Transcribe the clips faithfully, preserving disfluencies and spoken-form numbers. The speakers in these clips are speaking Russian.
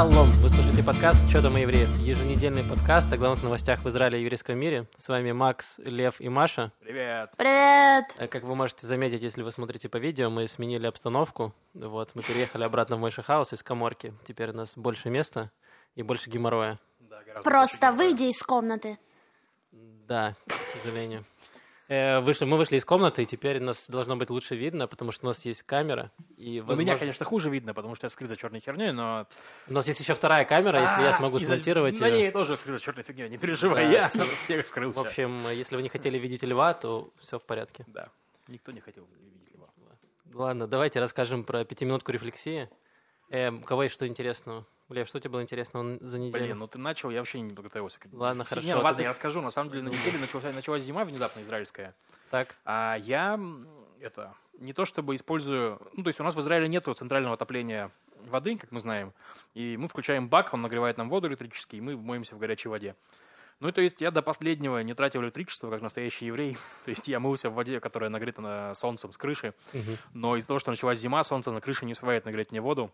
Шалом! Вы слушаете подкаст «Чё там, евреев?» Еженедельный подкаст о главных новостях в Израиле и еврейском мире. С вами Макс, Лев и Маша. Привет! Привет! Как вы можете заметить, если вы смотрите по видео, мы сменили обстановку. Вот, мы переехали обратно в Мойши Хаус из каморки. Теперь у нас больше места и больше геморроя. Да, Просто выйди из комнаты. Да, к сожалению. Вышли, мы вышли из комнаты, и теперь нас должно быть лучше видно, потому что у нас есть камера. И, возможно... Ну, меня, конечно, хуже видно, потому что я скрыт за черной херней, но... У нас есть еще вторая камера, если я смогу смонтировать ее. На ее. ней тоже скрыт за черной фигней, не переживай, я всех скрылся. В общем, если вы не хотели видеть льва, то все в порядке. Да, никто не хотел видеть льва. Ладно, давайте расскажем про пятиминутку рефлексии. Э, у кого есть что интересного? Лев, что тебе было интересного за неделю? Блин, ну ты начал, я вообще не подготовился. Ладно, хорошо. Не, ну, ладно, я расскажу. На самом деле на неделе началась, началась зима внезапно израильская. Так. А я это не то чтобы использую... Ну, то есть у нас в Израиле нету центрального отопления воды, как мы знаем. И мы включаем бак, он нагревает нам воду электрически, и мы моемся в горячей воде. Ну, и то есть я до последнего не тратил электричество, как настоящий еврей. То есть я мылся в воде, которая нагрета на солнцем с крыши. Угу. Но из-за того, что началась зима, солнце на крыше не успевает нагреть мне воду.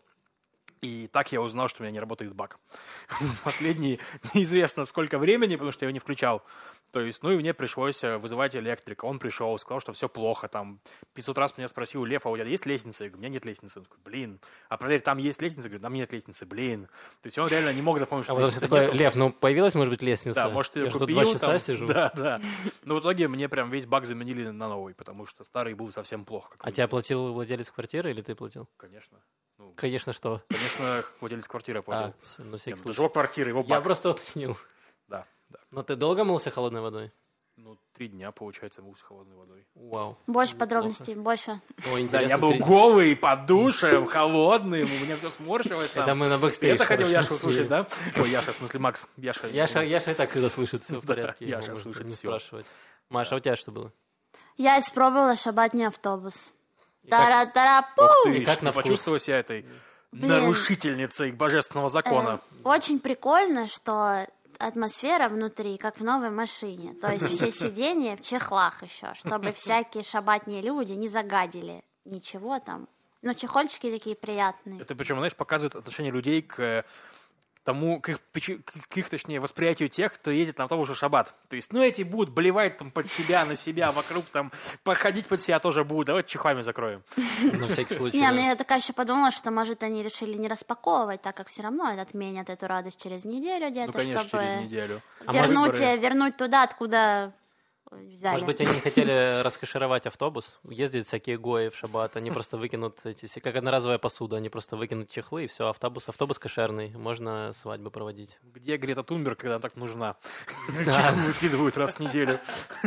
И так я узнал, что у меня не работает бак. Последние неизвестно сколько времени, потому что я его не включал. То есть, ну и мне пришлось вызывать электрика. Он пришел, сказал, что все плохо. Там пятьсот раз меня спросил: Лев, а у тебя есть лестница? Я говорю: у меня нет лестницы. Он такой: блин. А проверь, там есть лестница? Я говорю: там нет лестницы. Блин. То есть он реально не мог запомнить, что а лестницы такой: нету. Лев, ну появилась, может быть, лестница? Да, может, я, я купил. два часа там, сижу. Да, да. Но в итоге мне прям весь бак заменили на новый, потому что старый был совсем плохо. А тебя платил владелец квартиры или ты платил? Конечно. Ну, конечно, что? Конечно, владелец квартиры платил. А, все, на всякий Нет, случай. Живо квартиры, его бак. Я просто уточнил. Да, да. Но ты долго мылся холодной водой? Ну, три дня, получается, мылся холодной водой. Вау. Больше подробностей, больше. О, да, я был ты... голый, под душем, холодный, у меня все сморщилось. Это мы на бэкстейдж. Это хотел Яша услышать, да? Ой, Яша, в смысле, Макс. Яша, Яша, Яша и так всегда слышит, все в порядке. Яша слышит не все. Спрашивать. Маша, у тебя что было? Я испробовала шабатный автобус. Тара-тара-пу! Ух ты, как на почувствовала себя этой нарушительницей божественного закона. Очень прикольно, что атмосфера внутри, как в новой машине. То есть все сиденья в чехлах еще, чтобы всякие шабатные люди не загадили ничего там. Но чехольчики такие приятные. Это причем, знаешь, показывает отношение людей к тому, к их, к их, точнее, восприятию тех, кто ездит на автобусе в шаббат. То есть, ну, эти будут болевать там под себя, на себя, вокруг там, походить под себя тоже будут. Давайте чехлами закроем. На всякий случай. Не, мне такая еще подумала, что, может, они решили не распаковывать, так как все равно отменят эту радость через неделю где-то, ну, конечно, чтобы через неделю. Вернуть, а вернуть туда, откуда взяли. Может быть, они хотели раскошеровать автобус, ездят всякие гои в шаббат, они просто выкинут эти, как одноразовая посуда, они просто выкинут чехлы, и все, автобус, автобус кошерный, можно свадьбу проводить. Где Грета Тунберг, когда она так нужна? Чехлы выкидывают раз в неделю.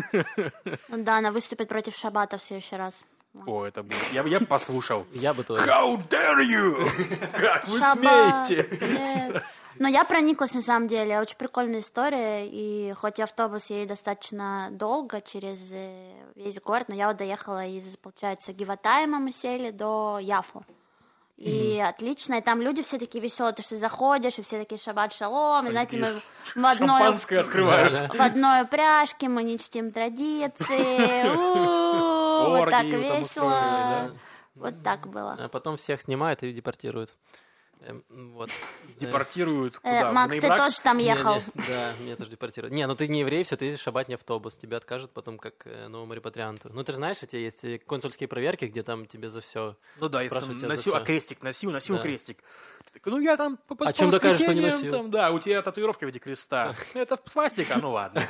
Да, она выступит против шаббата в следующий раз. О, это будет. Я бы послушал. Я бы тоже. How dare you? Как вы смеете? Но я прониклась, на самом деле, очень прикольная история, и хоть автобус едет достаточно долго через весь город, но я вот доехала из, получается, Гиватайма мы сели до Яфу. И mm-hmm. отлично, и там люди все такие веселые, ты что заходишь, и все такие шаббат шалом, и знаете, мы в одной, шампанское открывают. В одной упряжке, мы не чтим традиции, вот так весело, вот так было. А потом всех снимают и депортируют. Вот. Депортируют куда? Э, Макс, ты тоже там ехал? Не, не, да, меня тоже депортируют. Не, ну ты не еврей, все, ты ездишь в шаббатный автобус, тебя откажут потом как э, новому репатрианту. Ну ты же знаешь, эти есть консульские проверки, где там тебе за все. Ну да, если там носил, а крестик носил, носил да. крестик. Так, ну я там по а чем докажешь, что не носил? Там, да, у тебя татуировка в виде креста. Это свастика, ну ладно.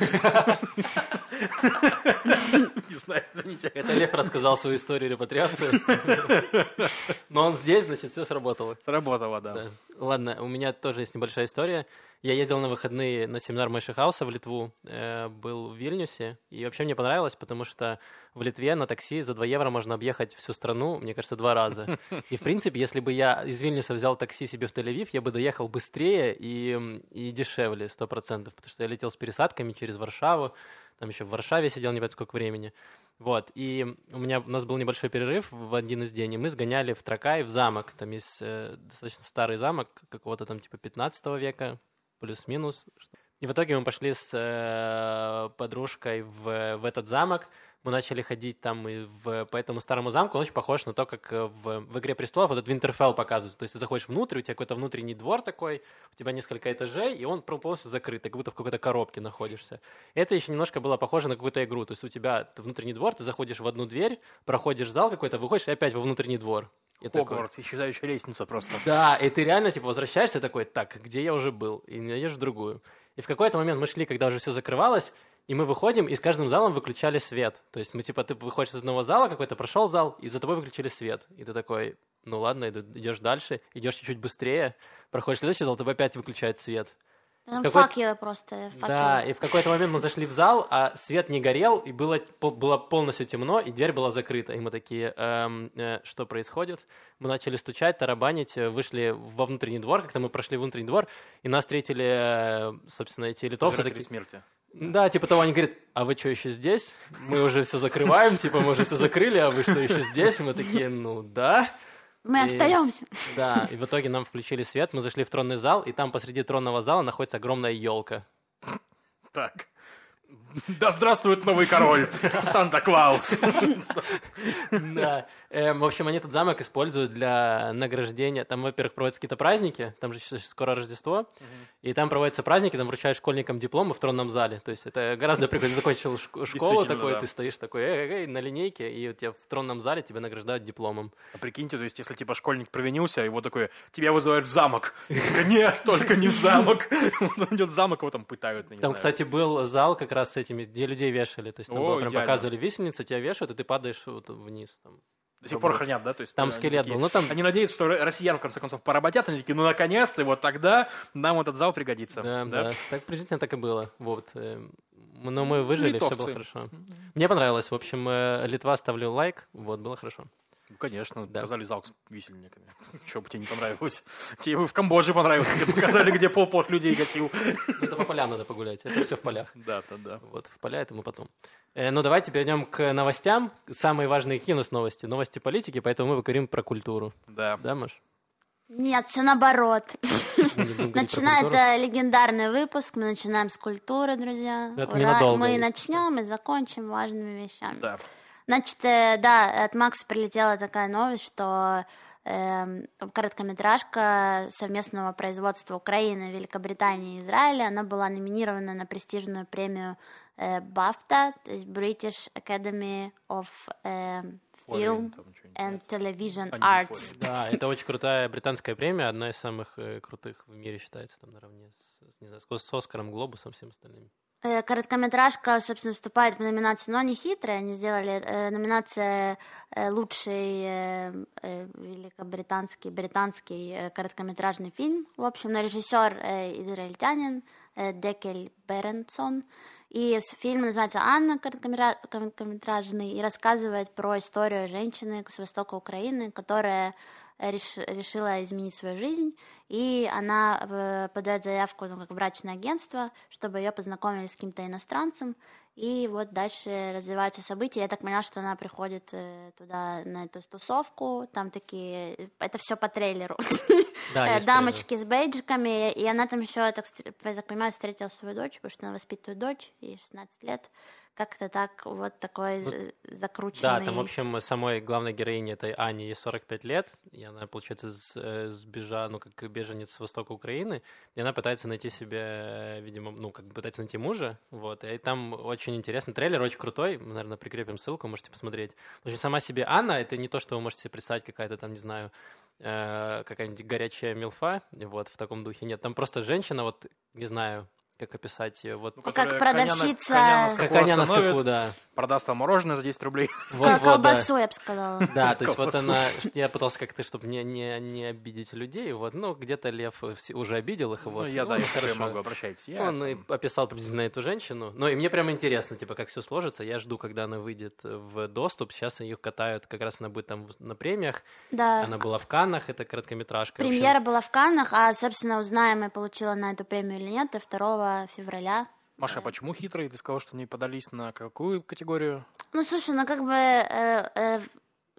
Не знаю, извините. Это Лев рассказал свою историю репатриации. Но он здесь, значит, все сработало. Сработало. Да. Да. Ладно, у меня тоже есть небольшая история. Я ездил на выходные на семинар Мойши Хауса в Литву, э, был в Вильнюсе, и вообще мне понравилось, потому что в Литве на такси за два евро можно объехать всю страну, мне кажется, два раза. И, в принципе, если бы я из Вильнюса взял такси себе в Тель-Авив, я бы доехал быстрее и, и дешевле, сто процентов, потому что я летел с пересадками через Варшаву, там еще в Варшаве сидел не знаю сколько времени. Вот, и у меня, у нас был небольшой перерыв в один из дней, и мы сгоняли в Тракай, в замок, там есть э, достаточно старый замок, какого-то там типа пятнадцатого века, плюс-минус. И в итоге мы пошли с э, подружкой в, в этот замок. Мы начали ходить там и в, по этому старому замку. Он очень похож на то, как в, в «Игре престолов» вот этот Винтерфелл показывают. То есть ты заходишь внутрь, у тебя какой-то внутренний двор такой, у тебя несколько этажей, и он полностью закрыт, ты как будто в какой-то коробке находишься. Это еще немножко было похоже на какую-то игру. То есть у тебя внутренний двор, ты заходишь в одну дверь, проходишь зал какой-то, выходишь и опять во внутренний двор. Хогвартс, исчезающая лестница просто. Да, и ты реально типа возвращаешься такой, так, где я уже был? И найдешь другую. И в какой-то момент мы шли, когда уже все закрывалось, и мы выходим, и с каждым залом выключали свет. То есть мы типа, ты выходишь из одного зала, какой-то прошел зал, и за тобой выключили свет. И ты такой, ну ладно, идешь дальше, идешь чуть-чуть быстрее, проходишь следующий зал, тебе опять выключают свет. Там Какой... факелы просто. Факелы. Да, и в какой-то момент мы зашли в зал, а свет не горел, и было, было полностью темно, и дверь была закрыта. И мы такие, эм, э, что происходит? Мы начали стучать, тарабанить, вышли во внутренний двор, как-то мы прошли в внутренний двор, и нас встретили, э, собственно, эти литовцы. Жертвы такие... смерти. Да, типа того, они говорят, а вы что, еще здесь? Мы уже все закрываем, типа мы уже все закрыли, а вы что, еще здесь? И мы такие, ну да. Мы и, остаемся. Да, и в итоге нам включили свет, мы зашли в тронный зал, и там посреди тронного зала находится огромная елка. Так. Да здравствует новый король, Санта-Клаус. Да. В общем, они этот замок используют для награждения. Там, во-первых, проводятся какие-то праздники, там же скоро Рождество, и там проводятся праздники, там вручают школьникам дипломы в тронном зале. То есть это гораздо прикольно. Закончил школу такой, ты стоишь такой, эй, на линейке, и у тебя в тронном зале тебя награждают дипломом. А прикиньте, то есть если типа школьник провинился, его такой, тебя вызывают в замок. Нет, только не в замок. Он идет в замок, его там пытают. Там, кстати, был зал как раз с этими, где людей вешали. То есть там О, было прям идеально. показывали висельницы, тебя вешают, и ты падаешь вот вниз. Там. До сих пор хранят, да? То есть, там они скелет такие, был. Ну, там... Они надеются, что россиян, в конце концов, поработят. Они такие, ну, наконец-то, и вот тогда нам этот зал пригодится. Да, да. да. Так приблизительно так и было. Вот. Но мы выжили, Литовцы. все было хорошо. Мне понравилось. В общем, Литва, ставлю лайк. Вот, было хорошо. Ну, конечно, Да. показали зал с висельниками. Чего бы тебе не понравилось? Тебе бы в Камбодже понравилось, тебе показали, где полпот людей гасил. Это по полям надо погулять. Это все в полях. Да, да, да. Вот, в поля это мы потом. Э, ну, давайте перейдем к новостям. Самые важные какие у нас новости? Новости политики, поэтому мы поговорим про культуру. Да. Да, Маш? Нет, все наоборот. Начинает Начинает это легендарный выпуск. Мы начинаем с культуры, друзья. Это Ура. ненадолго, Мы если начнем и закончим важными вещами. Да. Значит, э, да, от Макса прилетела такая новость, что э, короткометражка совместного производства Украины, Великобритании и Израиля, она была номинирована на престижную премию э, BAFTA, то есть British Academy of э, Film and Television Arts. Да, это очень крутая британская премия, одна из самых э, крутых в мире считается, там наравне с, не знаю, с Оскаром, Глобусом, всем остальным. Э, Короткометражка, собственно, вступает в номинации, но не хитрые, они сделали э, номинация э, лучший э, э, великобританский, британский э, короткометражный фильм. В общем, на режиссер э, израильтянин э, Декель Беренсон. И фильм называется «Анна», короткометражный, и рассказывает про историю женщины с востока Украины, которая реш, решила изменить свою жизнь, и она э, подает заявку, ну, как в брачное агентство, чтобы ее познакомили с каким-то иностранцем, и вот дальше развиваются события. Я так поняла, что она приходит э, туда на эту тусовку, там такие, это все по трейлеру, Да, дамочки с бейджиками, и она там еще, я так, я так понимаю, встретила свою дочь, потому что она воспитывает дочь, ей шестнадцать лет. Как-то так, вот такой вот, закрученный... Да, там, в общем, самой главной героине этой Ани ей сорок пять лет, и она, получается, сбежала, ну, как беженец с востока Украины, и она пытается найти себе, видимо, ну, как бы пытается найти мужа, вот, и там очень интересный трейлер, очень крутой, мы, наверное, прикрепим ссылку, можете посмотреть. В общем, сама себе Анна, это не то, что вы можете себе представить, какая-то там, не знаю, какая-нибудь горячая милфа, вот, в таком духе, нет, там просто женщина, вот, не знаю, как описать ее. Вот. Ну, как продавщица... Коня на, как коня на скаку, да. Продаст вам мороженое за десять рублей. Вот, вот, колбасу, да. я бы сказала. Да, то есть вот она... Я пытался как-то, чтобы не, не, не обидеть людей, вот, ну, где-то Лев уже обидел их, вот. Ну, я, да, я хорошо могу, обращайтесь. Я, Он и описал приблизительно эту женщину. Ну, и мне прямо интересно, типа, как все сложится. Я жду, когда она выйдет в доступ. Сейчас ее катают, как раз она будет там на премиях. Да. Она была в Каннах, это короткометражка. Премьера была в Каннах, а, собственно, узнаем, и получила она эту премию или нет, второго февраля. Маша, а почему хитрые? Ты сказала, что они подались на какую категорию? Ну, слушай, ну как бы э, э,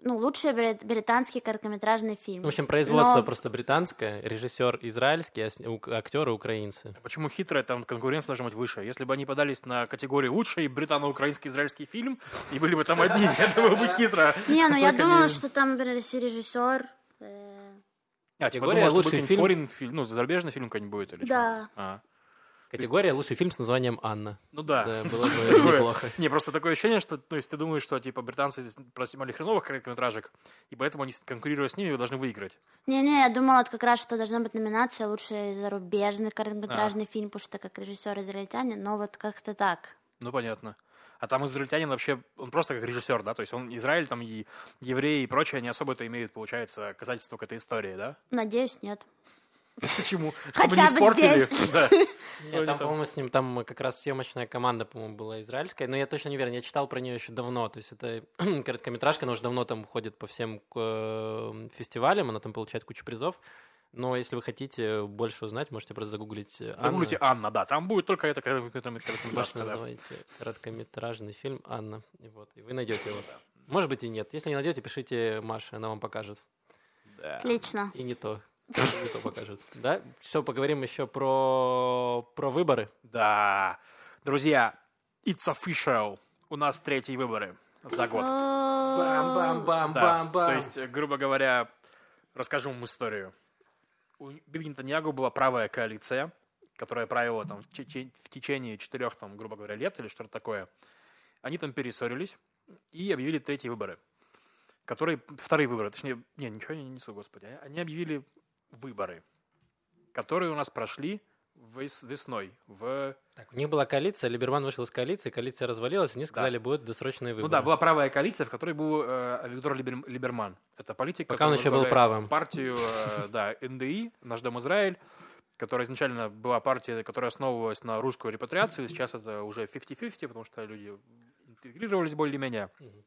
ну, лучший брит- британский короткометражный фильм. В общем, производство Но- просто британское, режиссер израильский, а с- у- актеры украинцы. Почему хитрая там конкуренция должна быть выше? Если бы они подались на категорию лучший британо-украинский израильский фильм, и были бы там одни, это было бы хитро. Не, ну я Только думала, не- что там, например, если режиссер... э, А, типа, Категория думал, что лучший будет фильм. форин фильм, ну, зарубежный фильм какой-нибудь будет или Да. что? А. Категория «Лучший фильм с названием Анна». Ну да. Да, было бы Такое- неплохо. Не, просто такое ощущение, что, то есть ты думаешь, что типа британцы здесь проснимали хреновых короткометражек, и поэтому они, конкурируя с ними, должны выиграть. Не-не, я думала вот как раз, что должна быть номинация «Лучший зарубежный А. короткометражный фильм», потому что как режиссер израильтянин, но вот как-то так. Ну, понятно. А там израильтянин вообще, он просто как режиссер, да? То есть он Израиль, там и евреи и прочее, они особо-то имеют, получается, касательство к этой истории, да? Надеюсь, нет. Почему? Хотя Чтобы не бы испортили. здесь. Да. Нет, они там, там- по-моему, с ним там как раз съемочная команда, по-моему, была израильская, но я точно не уверен, я читал про нее еще давно, то есть это короткометражка, она уже давно там ходит по всем э, фестивалям, она там получает кучу призов, но если вы хотите больше узнать, можете просто загуглить Анна. Загуглите Анна, да, там будет только это Маша, короткометражка, да. называйте короткометражный фильм «Анна», и вот, и вы найдете его. Может быть и нет, если не найдете, пишите Маше, она вам покажет. Да. Отлично. И не то. Не то покажет. Да? Все, поговорим еще про, про выборы. Да. Друзья, it's official. У нас третьи выборы за год. Да. То есть, грубо говоря, расскажу вам историю. У Биби Нетаньягу была правая коалиция, которая правила там в тече- в течение четырех, там, грубо говоря, лет или что-то такое. Они там перессорились и объявили третьи выборы, которые вторые выборы, точнее, не, ничего я не несу, господи, они объявили выборы, которые у нас прошли вес- весной в... Так, у них была коалиция, Либерман вышел из коалиции, коалиция развалилась, они сказали, будут досрочные выборы. Ну да, была правая коалиция, в которой был э, Виктор Либер- Либерман. Это политик, Пока он который еще был возглавляет правым. партию, э, да, эн дэ и, Наш дом Израиль, которая изначально была партия, которая основывалась на русскую репатриацию. Сейчас это уже пятьдесят на пятьдесят, потому что люди интегрировались более-менее. Мгм.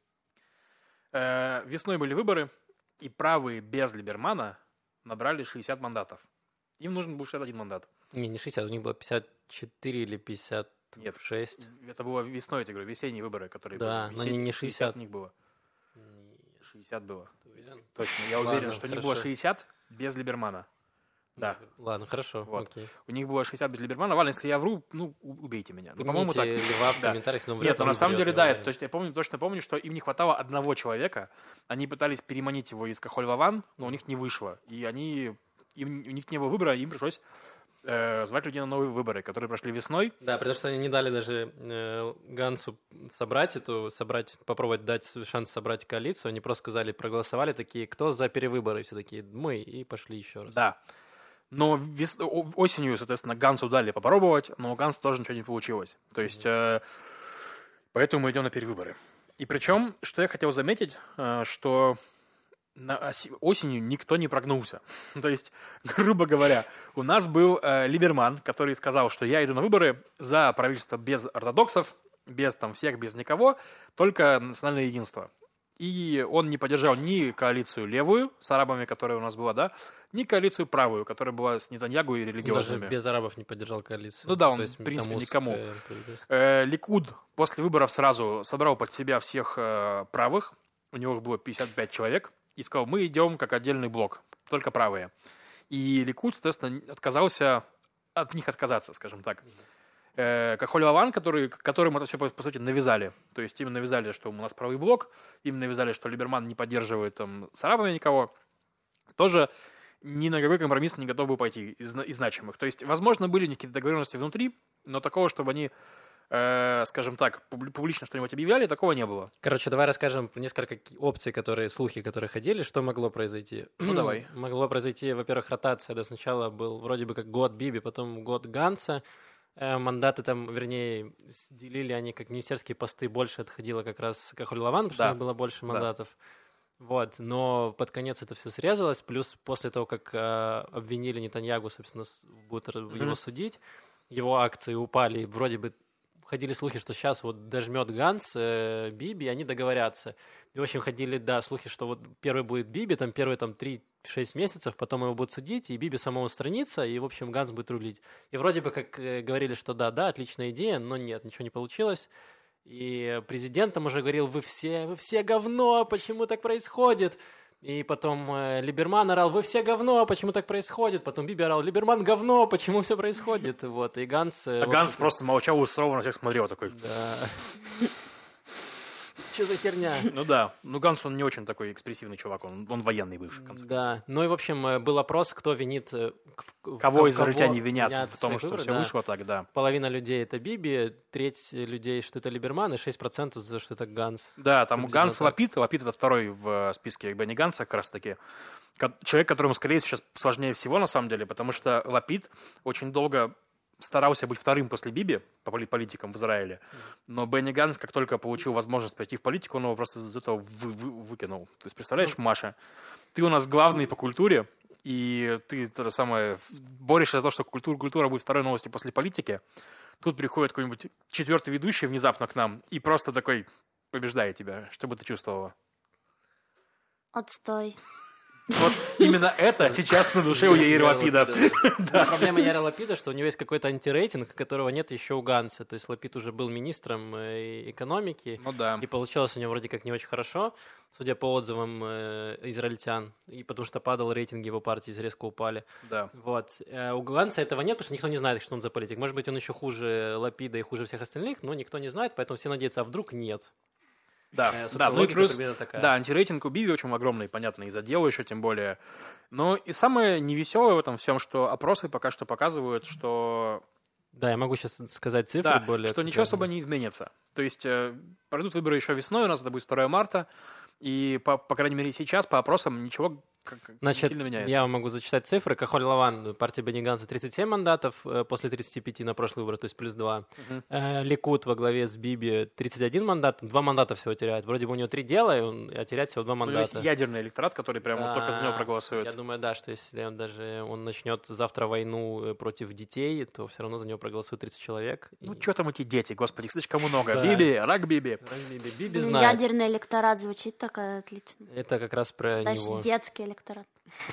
Э, весной были выборы, и правые без Либермана набрали шестьдесят мандатов. Им нужен был шестьдесят один мандат. Не, не шестьдесят, у них было пятьдесят четыре или пятьдесят шесть. Нет, это было весной, я тебе говорю, весенние выборы, которые Да, были. но Весенние, не шестьдесят. у них было. шестьдесят было. Ты уверен? Точно, я Ладно, уверен, что у них было хорошо. шестьдесят без Либермана. Да. Ладно, хорошо, Вот. окей. У них было шестьдесят без Либермана. Ладно, если я вру, ну, у- убейте меня. Ну, по-моему, так. Поймите Льва в Да. комментариях, если он врет, Нет, ну он на самом врет, деле, я да, уверен. это, то есть я помню, точно помню, что им не хватало одного человека. Они пытались переманить его из Кахоль-Ваван, но у них не вышло. И они, им, у них не было выбора, им пришлось э, звать людей на новые выборы, которые прошли весной. Да, потому что они не дали даже э, Гансу собрать эту, собрать, попробовать дать шанс собрать коалицию. Они просто сказали, проголосовали такие, кто за перевыборы, все такие, мы, и пошли еще раз. Да. Но вес- о- осенью, соответственно, Гансу дали попробовать, но у Ганса тоже ничего не получилось. То есть, э, поэтому мы идем на перевыборы. И причем, что я хотел заметить, э, что на оси- осенью никто не прогнулся. То есть, грубо говоря, у нас был э, Либерман, который сказал, что я иду на выборы за правительство без ортодоксов, без там всех, без никого, только национальное единство. И он не поддержал ни коалицию левую с арабами, которая у нас была, да, ни коалицию правую, которая была с Нетаньягу и Он даже религиозными. без арабов не поддержал коалицию. Ну да, он, То есть в принципе, там никому. узкое правительство. Э, Ликуд после выборов сразу собрал под себя всех э, правых, у него их было пятьдесят пять человек, и сказал, мы идем как отдельный блок, только правые. И Ликуд, соответственно, отказался от них отказаться, скажем так. Э, Кахоль-Лаван, который, которым это все, по, по сути, навязали. То есть им навязали, что у нас правый блок, им навязали, что Либерман не поддерживает там, с арабами никого. Тоже ни на какой компромисс не готов был пойти из, из значимых. То есть, возможно, были какие-то договоренности внутри, но такого, чтобы они, э, скажем так, публи- публично что-нибудь объявляли, такого не было. Короче, давай расскажем несколько ки- опций, которые, слухи, которые ходили, что могло произойти. Ну, давай. Могло произойти, во-первых, ротация, да, сначала был вроде бы как год Биби, потом год Ганса. Э, Мандаты там, вернее, с- делили они как министерские посты, больше отходило как раз Кахоль-Лаван, потому что Да. у них было больше Да. мандатов. Вот, но под конец это все срезалось, плюс после того, как э, обвинили Нетаньягу, собственно, с- будут р- Мгм. его судить, его акции упали, и вроде бы ходили слухи, что сейчас вот дожмет Ганс э, Биби, и они договорятся. И, в общем, ходили, да, слухи, что вот первый будет Биби, там первые там три-шесть месяцев, потом его будут судить, и Биби самому устранится, и, в общем, Ганс будет рулить. И вроде бы как э, говорили, что да, да, отличная идея, но нет, ничего не получилось. И президент там уже говорил, вы все, вы все говно, почему так происходит? И потом э, Либерман орал, вы все говно, почему так происходит? Потом Биби орал, Либерман говно, почему все происходит? Вот, и Ганс... Э, а Ганс просто молчал, устроил, на всех смотрел такой. Да. Что за херня? Ну да, ну Ганс, он не очень такой экспрессивный чувак, он, он военный бывший, в конце концов. Да, ну и в общем был опрос, кто винит... Кого израильтяне винят в том, что выборы, все да. вышло так, да. Половина людей это Биби, треть людей, что это Либерман, и шесть процентов за что это Ганс. Да, там Ганс Лапид, Лапид это второй в списке Бенни Ганса как раз таки. Человек, которому, скорее всего, сейчас сложнее всего на самом деле, потому что Лапид очень долго старался быть вторым после Биби по политикам в Израиле, но Бенни Ганс, как только получил возможность пойти в политику, он его просто из этого вы, вы, выкинул. То есть, представляешь, Маша, ты у нас главный по культуре, и ты это самое, борешься за то, что культура, культура будет второй новостью после политики. Тут приходит какой-нибудь четвертый ведущий внезапно к нам и просто такой побеждает тебя. Что бы ты чувствовала? Отстой. Вот именно это сейчас на душе у Яира Лапида. Проблема Яира Лапида, что у него есть какой-то антирейтинг, которого нет еще у Ганса. То есть Лапид уже был министром экономики, ну, да. и получалось у него вроде как не очень хорошо, судя по отзывам израильтян, и потому что падал рейтинг его партии, резко упали. Да. Вот. У Ганса этого нет, потому что никто не знает, что он за политик. Может быть, он еще хуже Лапида и хуже всех остальных, но никто не знает, поэтому все надеются, а вдруг нет. Да, э, да, ну и плюс, такая. Да, антирейтинг у Биби очень огромный, понятно, из-за дела еще тем более. Но и самое невеселое в этом всем, что опросы пока что показывают, что... Да, я могу сейчас сказать цифры да, более... что ничего особо не изменится. То есть э, пройдут выборы еще весной, у нас это будет второго марта, и, по, по крайней мере, сейчас по опросам ничего как, Значит, сильно меняется. Я вам могу зачитать цифры. Кахоль Лаван, партия Бенни Ганса, тридцать семь мандатов э, после тридцати пяти на прошлые выборы, то есть плюс два. Угу. Э, Ликуд во главе с Биби тридцать один мандат, два мандата всего теряет. Вроде бы у него три дела, и он, а теряет всего два мандата. Ну, есть ядерный электорат, который прямо да, вот только за него проголосует. Я думаю, да, что если он даже он начнет завтра войну против детей, то все равно за него проголосует тридцать человек. Ну, и... что там эти дети, господи, слишком много. Да. Биби, рак Биби. Рак Биби. Биби знает. Ядерный электорат звучит так отлично. Это как раз про Дальше него. детский электорат.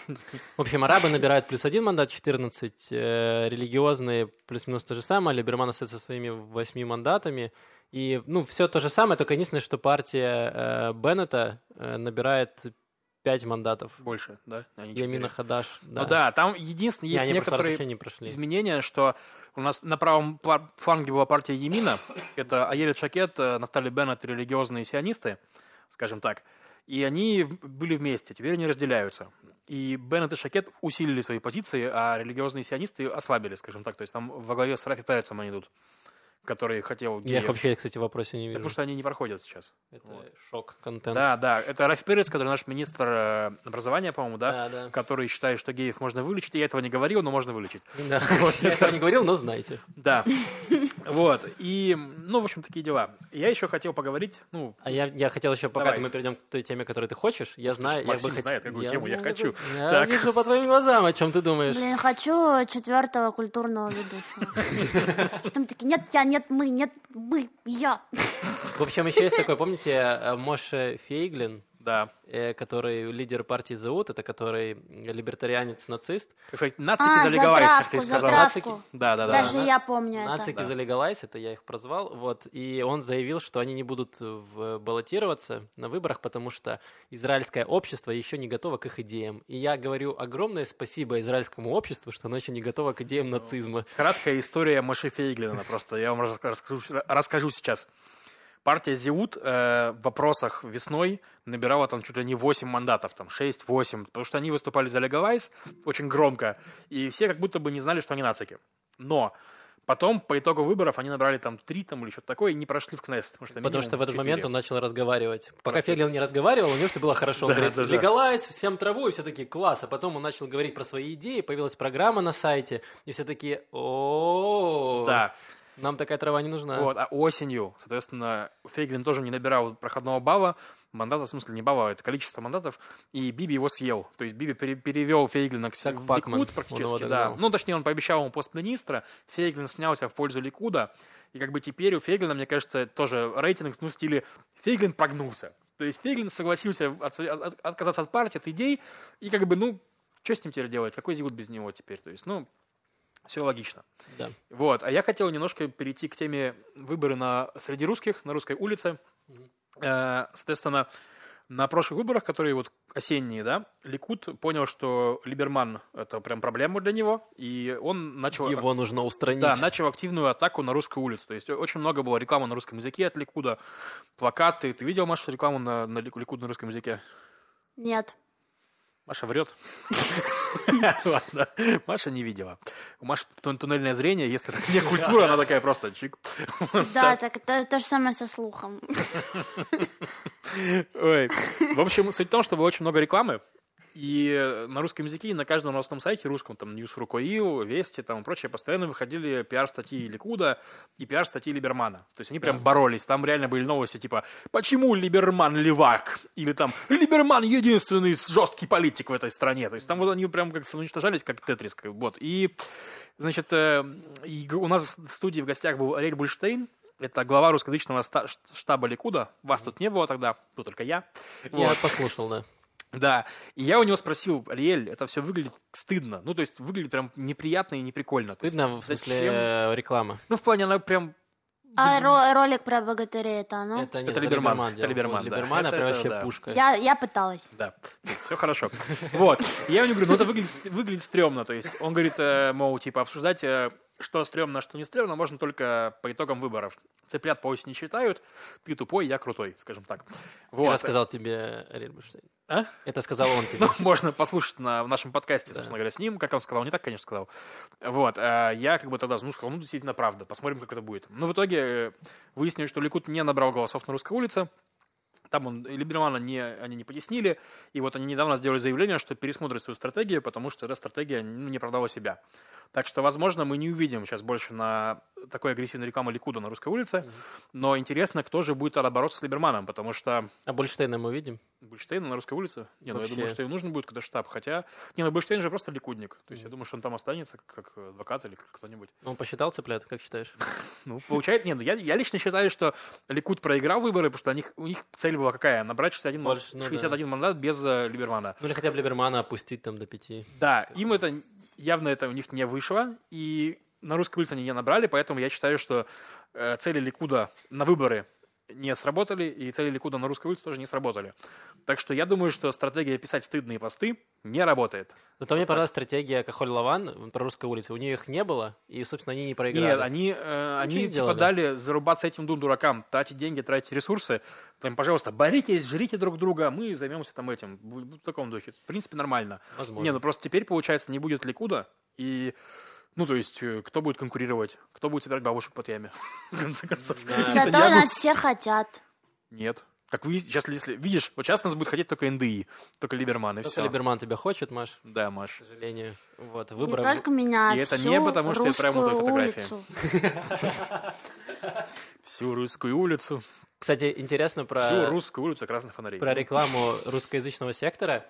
В общем, арабы набирают плюс один мандат, четырнадцать, э, религиозные плюс-минус то же самое, Либерман остается со своими восьми мандатами, и, ну, все то же самое, только единственное, что партия э, Беннета э, набирает пять мандатов. Больше, да? Ямина Хадаш. Да. Ну да, там единственное, есть не, некоторые не прошли. изменения, что у нас на правом фланге была партия Ямина, это Аелит Шакет, Нафтали Беннет, религиозные сионисты, скажем так, и они были вместе, теперь они разделяются. И Беннет и Шакет усилили свои позиции, а религиозные сионисты ослабили, скажем так. То есть там во главе с Рафи Перецем они идут, который хотел геев. Я их вообще, кстати, в вопросе не вижу. Потому что они не проходят сейчас. Это вот. Шок, контент. Да, да. Это Рафи Перец, который наш министр образования, по-моему, да? Да, да. Который считает, что геев можно вылечить. Я этого не говорил, но можно вылечить. Да, я этого не говорил, но знаете. Да. Вот. И, ну, в общем, такие дела. Я еще хотел поговорить, ну... А я, я хотел еще, пока мы перейдем к той теме, которую ты хочешь, я знаю... Максим знает, какую тему я хочу. Я вижу по твоим глазам, о чем ты думаешь. Блин, хочу четвертого культурного ведущего. Что мы такие, нет, я, нет, мы, нет, мы, я. В общем, еще есть такой, помните, Моше Фейглин, да. э, который лидер партии ЗУТ, это который либертарианец-нацист. Кстати, нацики а, за легалайз, травку, ты сказал. За нацики? Да, да, да. Даже да. я помню Нацики это. за легалайз, это я их прозвал, вот, и он заявил, что они не будут в, баллотироваться на выборах, потому что израильское общество еще не готово к их идеям. И я говорю огромное спасибо израильскому обществу, что оно еще не готово к идеям нацизма. Краткая история Моше Фейглина просто, я вам расскажу, расскажу сейчас. Партия Зиут э, в вопросах весной набирала там чуть ли не восемь мандатов, там шесть-восемь, потому что они выступали за легалайз очень громко, и все как будто бы не знали, что они нацики. Но потом, по итогу выборов, они набрали там три там, или что-то такое и не прошли в Кнессет. Потому что, потому что в этот четыре. момент он начал разговаривать. Пока Просто... Фейглин не разговаривал, у него все было хорошо. Он да, говорит, да, да. легалайз, всем траву, и все такие, класс. А потом он начал говорить про свои идеи, появилась программа на сайте, и все такие, о Да. Нам такая трава не нужна. Вот, а осенью, соответственно, Фейглин тоже не набирал проходного балла, мандатов, в смысле, не балла, это количество мандатов, и Биби его съел. То есть Биби пере- перевел Фейглина к как в Пакман. Ликуд практически, да. Ну, точнее, он пообещал ему пост министра, Фейглин снялся в пользу Ликуда, и как бы теперь у Фейглина, мне кажется, тоже рейтинг, ну, в стиле Фейглин прогнулся. То есть Фейглин согласился от, от, отказаться от партии, от идей, и как бы, ну, что с ним теперь делать? Какой Зиут без него теперь? То есть, ну... Все логично. Да. Вот. А я хотел немножко перейти к теме выборы на, среди русских, на русской улице. Э, соответственно, на прошлых выборах, которые вот осенние, да, Ликуд понял, что Либерман – это прям проблема для него, и он начал... Его нужно устранить. Да, начал активную атаку на русскую улицу. То есть очень много было рекламы на русском языке от Ликуда, плакаты. Ты видел, Маша, рекламу на, на Ликуд на русском языке? Нет. Маша врет. Ладно, Маша не видела. У Маши туннельное зрение, если это не культура, она такая просто чик. Да, так то, то же самое со слухом. Ой. В общем, суть в том, что было очень много рекламы. И на русском языке, и на каждом новостном сайте русском, там, News.ru.ил, Вести, там, и прочее, постоянно выходили пиар-статьи Ликуда и пиар-статьи Либермана. То есть они прям Да. боролись. Там реально были новости, типа, почему Либерман левак? Или там, Либерман единственный жесткий политик в этой стране. То есть там вот они прям как-то уничтожались, как Тетрис. Вот. И, значит, э, и у нас в студии в гостях был Ариэль Бульштейн. Это глава русскоязычного ста- штаба Ликуда. Вас тут не было тогда, был только я. Я Вот. послушал, да. Да, и я у него спросил: Ариэль, это все выглядит стыдно, ну, то есть выглядит прям неприятно и неприкольно. То есть Стыдно, в смысле, зачем? э, реклама. Ну, в плане, она прям... А ро- ролик про богатырей это оно? Это, нет, Это Либерман, это делал. Либерман, Вот да. Либерман, Это- это, это вообще да. пушка. Я, я пыталась. Да, все хорошо. Вот, я ему говорю, ну, это выглядит, выглядит стрёмно, то есть он говорит, э, мол, типа, обсуждать, э, что стрёмно, что не стрёмно, можно только по итогам выборов. Цыплят по осени не считают, ты тупой, я крутой, скажем так. Это Вот. рассказал тебе Ариэль Бульштейн. А? Это сказал он тебе. Ну, можно послушать на, в нашем подкасте, Да. собственно говоря, с ним, как он сказал, не так, конечно, сказал. Вот, а я как бы тогда, ну, сказал, ну, действительно, правда, посмотрим, как это будет. Но в итоге э, выяснилось, что Ликуд не набрал голосов на русской улице, там он, Либермана не, они не потеснили, и вот они недавно сделали заявление, что пересмотрят свою стратегию, потому что эта стратегия ну, не оправдала себя. Так что, возможно, мы не увидим сейчас больше на такой агрессивной рекламы Ликуда на русской улице, Мгм. но интересно, кто же будет тогда бороться с Либерманом, потому что А Бульштейна мы увидим? Бульштейна на русской улице? Не, ну я Вообще. думаю, что ему нужен будет когда штаб, хотя... Не, ну Бульштейн же просто ликудник, то есть я думаю, что он там останется как адвокат или как кто-нибудь. Он посчитал цыплят, как считаешь? Ну, получается, не, ну я, я лично считаю, что Ликуд проиграл выборы, потому что у них, у них цель была какая? Набрать шестьдесят один, Больше, ну шестьдесят один мандат без э, Либермана. Ну или хотя бы Либермана опустить там до пяти. Да, им это явно это у них не вышло, и на русской улице они не набрали, поэтому я считаю, что э, цели Ликуда на выборы не сработали, и цели Ликуда на русской улице тоже не сработали. Так что я думаю, что стратегия писать стыдные посты не работает. Зато мне понравилась стратегия Кахоль-Лаван про русскую улицу. У нее их не было, и, собственно, они не проиграли. Нет, они, э, они не типа сделали. дали зарубаться этим двум дуракам, тратить деньги, тратить ресурсы. Там, пожалуйста, боритесь, жрите друг друга, мы займемся там этим. В таком духе. В принципе, нормально. Возможно. Не, ну просто теперь, получается, не будет Ликуда, и, ну, то есть, э, кто будет конкурировать? Кто будет собирать бабушек под яме? В конце концов. Да. Зато Нетаньяху- нас все хотят. Нет. Так вы сейчас, если видишь, вот сейчас нас будет ходить только эн дэ и, только Либерман, и Только все. Либерман тебя хочет, Маш, Да, к Маш. сожалению. Вот, Не выборы... только меня, И это всю не потому, что я отправил ему русскую твои фотографии. улицу. Всю русскую улицу, Кстати, интересно про, всю русскую улицу красных фонарей. про рекламу русскоязычного сектора.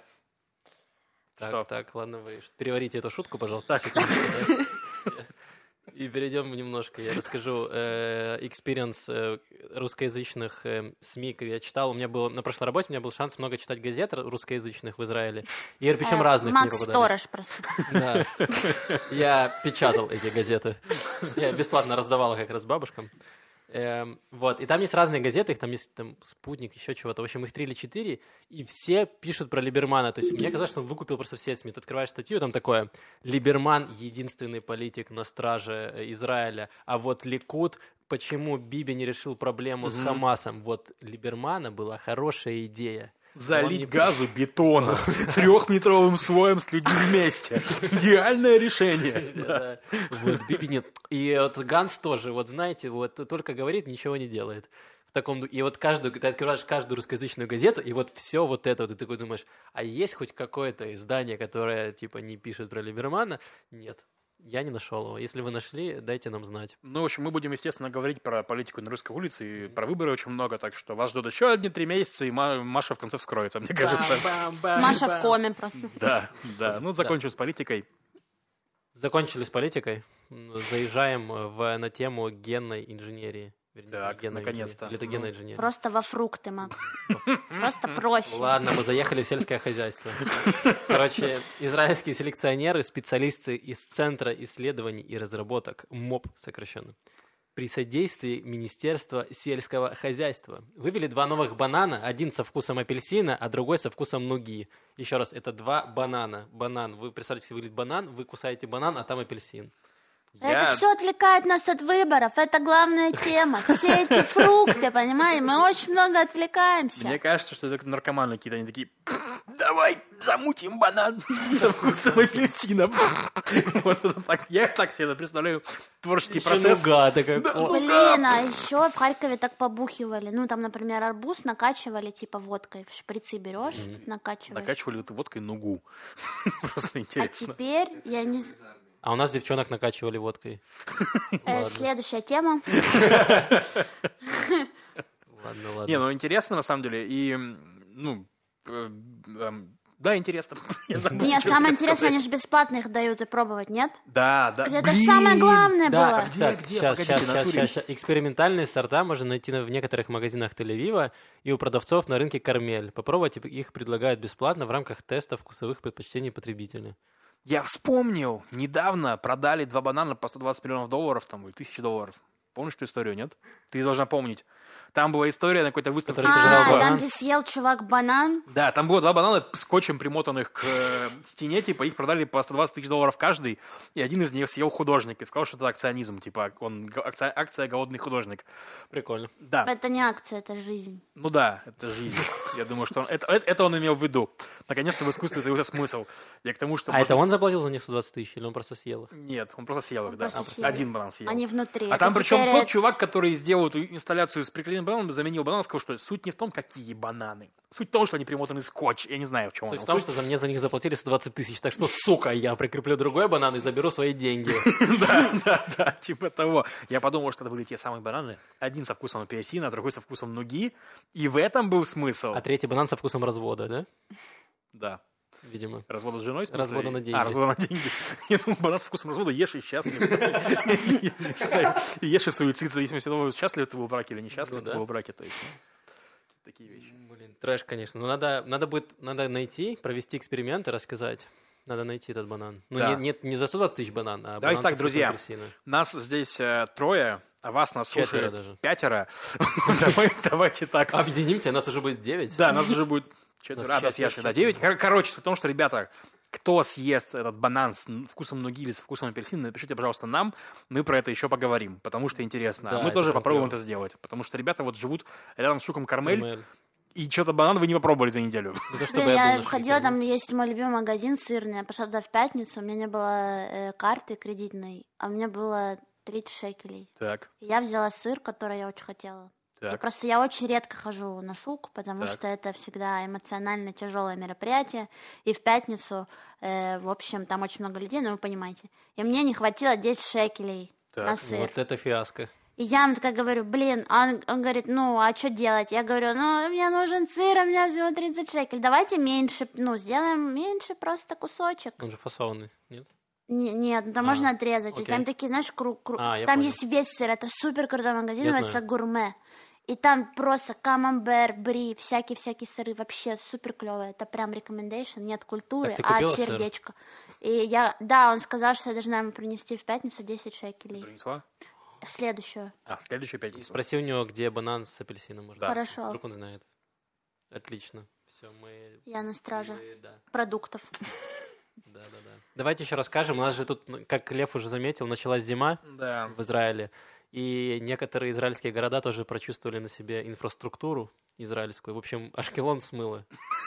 Так, Что? так, ладно, вы переварите эту шутку, пожалуйста. секундочку, да. И перейдем немножко, я расскажу экспириенс русскоязычных э, СМИ, я читал, у меня был, на прошлой работе у меня был шанс много читать газет русскоязычных в Израиле, и причем Э, разных мне Макс попадались. Сторож просто. Да. Я печатал эти газеты. Я бесплатно раздавал их как раз бабушкам. Эм, вот. И там есть разные газеты, их там есть там «Спутник», еще чего-то. В общем, их три или четыре, и все пишут про Либермана. То есть мне казалось, что он выкупил просто все СМИ. Ты открываешь статью, там такое: «Либерман – единственный политик на страже э, Израиля». А вот Ликуд, почему Биби не решил проблему с Мгм. Хамасом? Вот Либермана была хорошая идея. Залить Он не- газу бетоном трехметровым слоем с людьми вместе. Идеальное решение. Да. Да. Вот Биби нет. И вот Ганс тоже, вот знаете, вот только говорит, ничего не делает. В таком ду- и вот каждую, ты открываешь каждую русскоязычную газету, и вот все вот это, вот, и ты такой думаешь, а есть хоть какое-то издание, которое типа не пишет про Либермана? Нет. Я не нашел его. Если вы нашли, дайте нам знать. Ну, в общем, мы будем, естественно, говорить про политику на русской улице и про выборы очень много, так что вас ждут еще одни три месяца, и Ма- Маша в конце вскроется, мне кажется. Маша в коме просто. Да, да. Ну, закончим с политикой. Закончили с политикой. М, Заезжаем в, на тему генной инженерии. Вернее, Так, генный наконец-то. инженер. Или это генный инженер? Просто во фрукты, Макс. Просто проще. Ладно, мы заехали в сельское хозяйство. Короче, израильские селекционеры, специалисты из Центра исследований и разработок, МОП сокращенно, при содействии Министерства сельского хозяйства вывели два новых банана, один со вкусом апельсина, а другой со вкусом нуги. Еще раз, это два банана. Банан. Вы представляете, если выглядит банан, вы кусаете банан, а там апельсин. Это все отвлекает нас от выборов. Это главная тема. Все эти фрукты, понимаете? Мы очень много отвлекаемся. Мне кажется, что это наркоманы какие-то, они такие, давай замутим банан со вкусом апельсина. Вот это так, я так себе это представляю, творческий Еще процесс. нуга такая. Блин, а еще в Харькове так побухивали. Ну, там, например, арбуз накачивали, типа, водкой. В шприцы берешь, накачиваешь. Накачивали вот водкой нугу. Просто А интересно. теперь, я не... А у нас девчонок накачивали водкой. Э, следующая тема. Ладно, ладно. Не, ну интересно на самом деле. И, м, ну, э, эм, да, интересно. Я забыл, Нет, что самое хотел интересное, они сказать. же бесплатно их дают и пробовать, нет? Да, да. Это же Блин! самое главное Да, было. Где, так, где? сейчас, Погодите, сейчас, в натуре. сейчас, сейчас. Экспериментальные сорта можно найти на- в некоторых магазинах Тель-Авива и у продавцов на рынке Кармель. Попробовать их предлагают бесплатно в рамках теста вкусовых предпочтений потребителя. Я вспомнил, недавно продали два банана по сто двадцать миллионов долларов там, или тысячи долларов. Помнишь эту историю, нет? Ты должна помнить. Там была история на какой-то выставке. Который сожрал А, банан. там, где съел чувак банан. Да, там было два банана скотчем примотанных к э, стене, типа их продали по сто двадцать тысяч долларов каждый, и один из них съел художник и сказал, что это акционизм, типа он г- акция, акция голодный художник. Прикольно. Да, Это не акция, это жизнь. ну да, это жизнь. Я думаю, что он, это, это, это он имел в виду. Наконец-то в искусстве это уже смысл. Я к тому, что... А может- это он заплатил за них сто двадцать тысяч, или он просто съел их? Нет, он просто съел их, Он да. просто А, съел. Один банан съел. Они внутри. А Это там причем теперь тот это- чувак, который сделал эту инсталляцию с приклеенным бананом, заменил банан, сказал, что суть не в том, какие бананы. Суть в том, что они примотаны скотч. Я не знаю, в чем Суть он. в том, что за мне за них заплатили сто двадцать тысяч, так что, сука, я прикреплю другой банан и заберу свои деньги. Да, да, да, типа того. Я подумал, что это были те самые бананы. Один со вкусом апельсина, а другой со вкусом нуги. И в этом был смысл. А третий банан со вкусом развода, да? Да. Видимо. Развода с женой? в смысле? Развода на деньги. А, развода на деньги. Я думал, банан со вкусом развода, ешь и счастлив. Я не знаю. Ешь и суицид, в зависимости от того, счастлив ты был в браке или несчастлив Ну ты да. был в браке. То есть, ну, такие вещи. Блин, трэш, конечно. Но надо, надо будет, надо найти, провести эксперимент и рассказать. Надо найти этот банан. Ну, Да. нет, нет, не за сто двадцать тысяч банан, а Давайте банан так, со вкусом друзья. апельсина. Нас здесь э, трое, а вас нас Четверо слушает даже. пятеро. Давай- Давайте так. Объединимся, нас уже будет девять. Да, нас уже будет четверо. Нас А, да, с четверо, Яшей, да, четверо. девять. Кор- Короче, суть в том, что, ребята, кто съест этот банан с н- вкусом нуги или с вкусом апельсина, напишите, пожалуйста, нам. Мы про это еще поговорим, потому что интересно. Да, А мы это тоже прям попробуем клево. это сделать. Потому что ребята вот живут рядом с Шуком Кармель, Кармель. и что-то банан вы не попробовали за неделю. Ну, то, чтобы Блин, я был я на ходила, Швейке, там есть мой любимый магазин сырный. Я пошла туда в пятницу, у меня не было э, карты кредитной, а у меня было тридцать шекелей. Так, И я взяла сыр, который я очень хотела. И так. просто я очень редко хожу на шук, потому Так. что это всегда эмоционально тяжелое мероприятие. И в пятницу, э, в общем, там очень много людей, ну вы понимаете. И мне не хватило десять шекелей Так. на сыр. Вот это фиаско. И я ему такая говорю, блин, а он, он говорит, ну, а что делать? Я говорю, ну, мне нужен сыр, у меня всего тридцать шекелей. Давайте меньше, ну, сделаем меньше просто кусочек. Он же фасованный, нет? Не- нет, ну, там А, можно отрезать. окей. И там такие, знаешь, кру- кру- А, я там понял. есть весь сыр, это супер крутой магазин, Я называется знаю. Гурме. И там просто камамбер, бри, всякие-всякие сыры, вообще супер клевые. Это прям рекомендейшн, нет культуры, Так ты а купила от сыр? сердечка. И я, да, он сказал, что я должна ему принести в пятницу десять шекелей. Принесла? В следующую. А, следующая пятница. Спроси у него, где банан с апельсином можно. Да. Хорошо, Вдруг он знает. Отлично. Все, мы... я на страже мы- Да, продуктов. да, да, да. Давайте еще расскажем. У нас же тут, ну, как Лев уже заметил, началась зима Да. в Израиле. И некоторые израильские города тоже прочувствовали на себе инфраструктуру израильскую. В общем, Ашкелон смыло.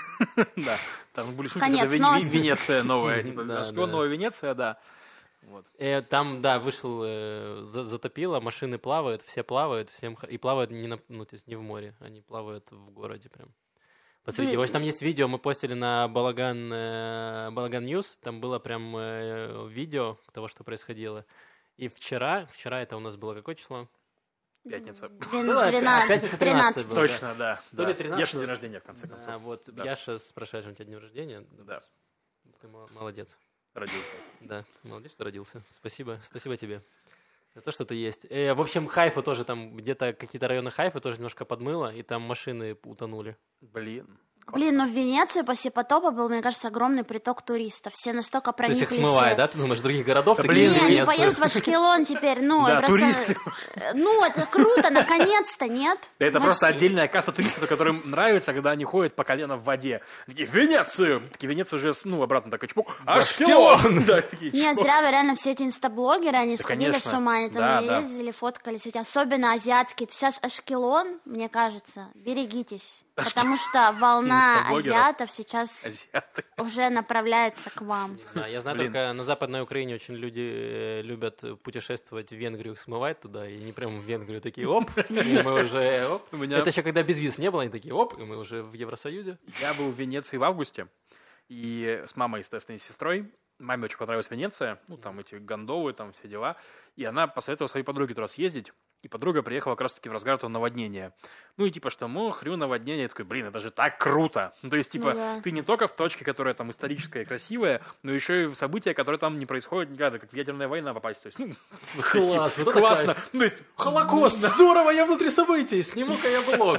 Да. Там были шутки, Конец что это Вен- новости. Венеция новая. Типа, Да, Ашкелон, да. новая Венеция, да. Вот. Э, там, да, вышел, э, за- затопило, машины плавают, все плавают, всем х- и плавают не, на, ну, то есть не в море, они плавают в городе прям. Посреди. Блин. В общем, там есть видео, мы постили на Балаган, э, Балаган Ньюс, там было прям э, видео того, что происходило. И вчера, вчера это у нас было какое число? Пятница. Двен- Была двенадцать- пятница, тринадцатое тринадцать. было. Точно, да. То да. ли тринадцатого. Яша день рождения, в конце Да, концов. вот, Да. Яша, с прошедшим тебя днем рождения. Да. Ты мо- молодец. Родился. Да, молодец, что родился. Спасибо, спасибо тебе. Это что-то есть. Э, в общем, Хайфу тоже там, где-то какие-то районы Хайфы тоже немножко подмыло, и там машины утонули. Блин. Блин, ну в Венеции после потопа был, мне кажется, огромный приток туристов. Все настолько прониклись... То есть их смывает, да? Ты думаешь, других городов? Да, такие блин, Не, они нет. поедут в Ашкелон теперь, ну, Да, просто... туристы. Ну, это круто, наконец-то, нет? Это Мы просто все- отдельная каста туристов, которым нравится, когда они ходят по колено в воде. Такие, в Венецию! Такие, Венеция уже, ну, обратно такой чпок. Ашкелон! Да, такие, Нет, чпок. зря, реально, все эти инстаблогеры, они Да, сходили конечно. с ума, они там Да, да. ездили, фоткались, ведь особенно азиатские. Сейчас Ашкелон, мне кажется, берегитесь, потому что волна Инстаблогеров. азиатов сейчас Азиаты. уже направляется к вам. Не знаю, я знаю Блин. только на Западной Украине очень люди э, любят путешествовать в Венгрию, их смывать туда, и они прям в Венгрию такие, оп, и мы уже, оп. У меня- Это еще когда без виз не было, они такие, оп, и мы уже в Евросоюзе. Я был в Венеции в августе, и с мамой, естественно, и с сестрой. Маме очень понравилась Венеция, ну, там эти гондолы, там все дела. И она посоветовала своей подруге туда съездить, и подруга приехала как раз-таки в разгар этого наводнения. Ну, и типа, что, мол, хрю наводнение. Я такой, блин, это же так круто! Ну, то есть, типа, Ну да. ты не только в точке, которая там историческая и красивая, но еще и в события, которые там не происходят никогда, как ядерная война попасть. То есть, ну, Класс, вот это классно. кайф. Ну, то есть, Холокост, здорово, я внутри событий, сниму-ка я блог.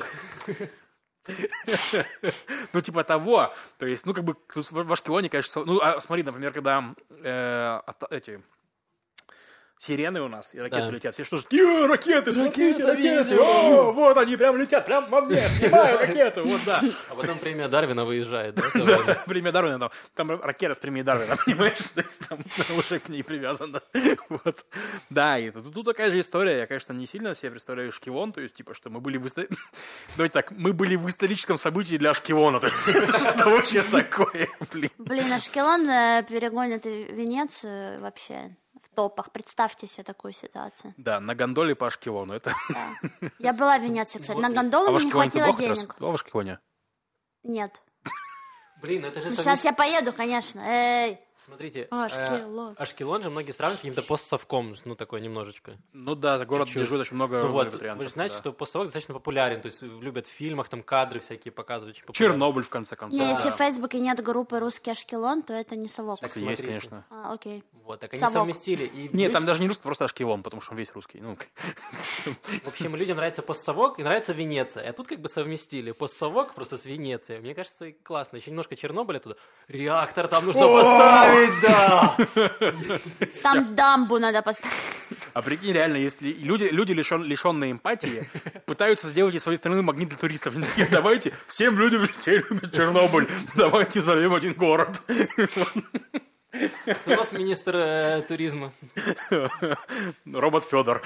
ну, типа того. То есть, ну, как бы, тут в в Ашкелоне, конечно, со- ну, а смотри, например, когда э, от- эти сирены у нас, и ракеты Да. летят, все что же, «Е, ракеты, смотрите, Ракета, ракеты, видео!» о, вот они прям летят, прям во мне, снимаю ракету, вот, да. А потом премия Дарвина выезжает, да? в то время? Премия Дарвина, там, там ракета с премией Дарвина, понимаешь, то есть там уже к ней привязана, вот. Да, и тут, тут такая же история, я, конечно, не сильно себе представляю Ашкелон, то есть, типа, что мы были в исто- давайте так, мы были в историческом событии для Ашкелона, то есть, это что вообще такое, блин. Блин, Ашкелон э, перегонит и Венецию вообще в топах. Представьте себе такую ситуацию. Да, на гондоле по Ашкелону, это... Да. Я была в Венеции, кстати. На А гондолу в мне не Ашкелоне ты хватило была хоть раз? денег. Была в Ашкелоне? Нет. Блин, это же Сейчас я поеду, конечно. Эй! Смотрите, Ашкелон. э, Ашкелон же многие сравнивают с каким-то постсовком, ну, такой немножечко. Ну да, город, где Чуть-чуть. живет очень много Ну вот, репатриантов, вы же знаете, да. что постсовок достаточно популярен, то есть любят в фильмах там кадры всякие показывать. Очень популярен. Чернобыль, в конце концов. Не, если Да. в Фейсбуке нет группы «Русский Ашкелон», то это не совок. Так и есть, Смотрите. конечно. А, окей. Вот, так они Совок. совместили. И Нет, люди- там даже не русский, просто Ашкелон, потому что он весь русский. Ну, В общем, людям нравится постсовок и нравится Венеция. А тут как бы совместили постсовок просто с Венецией. Мне кажется, классно. Еще немножко Чернобыля туда. Реактор там нужно поставить, да! Там дамбу надо поставить. а прикинь, реально, если люди, люди лишен, лишенные эмпатии, пытаются сделать из своей страны магнит для туристов. Они такие, давайте, всем людям, все любят Чернобыль, давайте взорвем один город. У нас министр э, туризма. Робот Федор.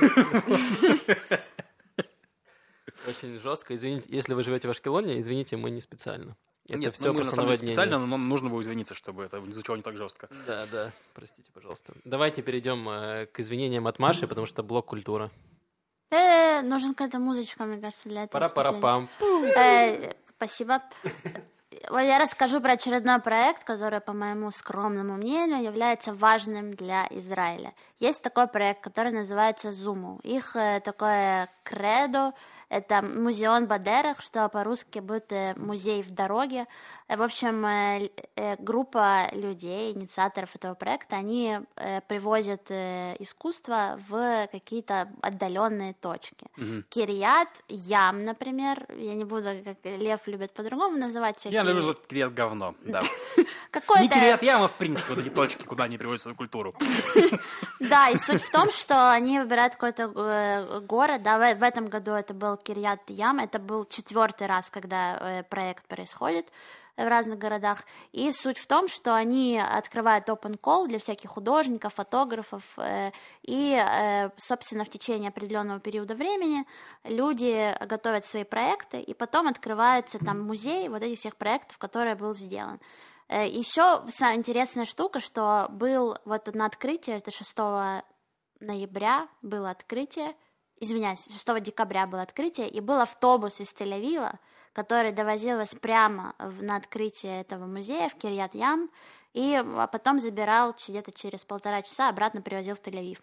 Очень жестко. Извините, если вы живете в Ашкелоне, извините, мы не специально. Это Нет, все ну, мы на просто самом деле наводнение. специально, но нам нужно было извиниться, чтобы это не звучало не так жестко. Да, да, простите, пожалуйста. Давайте перейдем э, к извинениям от Маши, потому что блок культура. Э, нужна какая-то музычка, мне кажется, для этого выступления. Пара-пара-пам. Э, Спасибо. Вот я расскажу про очередной проект, который, по моему скромному мнению, является важным для Израиля. Есть такой проект, который называется Зуму. Их э, такое кредо — это музеон Бадерах, что по-русски будет э, музей в дороге. Э, В общем, э, э, группа людей, инициаторов этого проекта, они э, привозят э, искусство в какие-то отдаленные точки. Кирьят, Ям, например, я не буду, как Лев любит по-другому называть всякие... Я люблю назвать Кириат говно, да. Какой-то... Не Кириат Яма, в принципе, вот эти точки, куда они приводят свою культуру. Да, и суть в том, что они выбирают какой-то э, город, да, в, в этом году это был Кирьят Ям, это был четвертый раз, когда э, проект происходит в разных городах, и суть в том, что они открывают open call для всяких художников, фотографов, э, и, э, собственно, в течение определенного периода времени люди готовят свои проекты, и потом открывается там музей вот этих всех проектов, которые был сделан. Еще самая интересная штука, что был вот на открытии, это шестого ноября было открытие, извиняюсь, шестого декабря было открытие, и был автобус из Тель-Авива, который довозил вас прямо в, на открытие этого музея в Кирьят-Ям, и а потом забирал где-то через полтора часа, обратно привозил в Тель-Авив.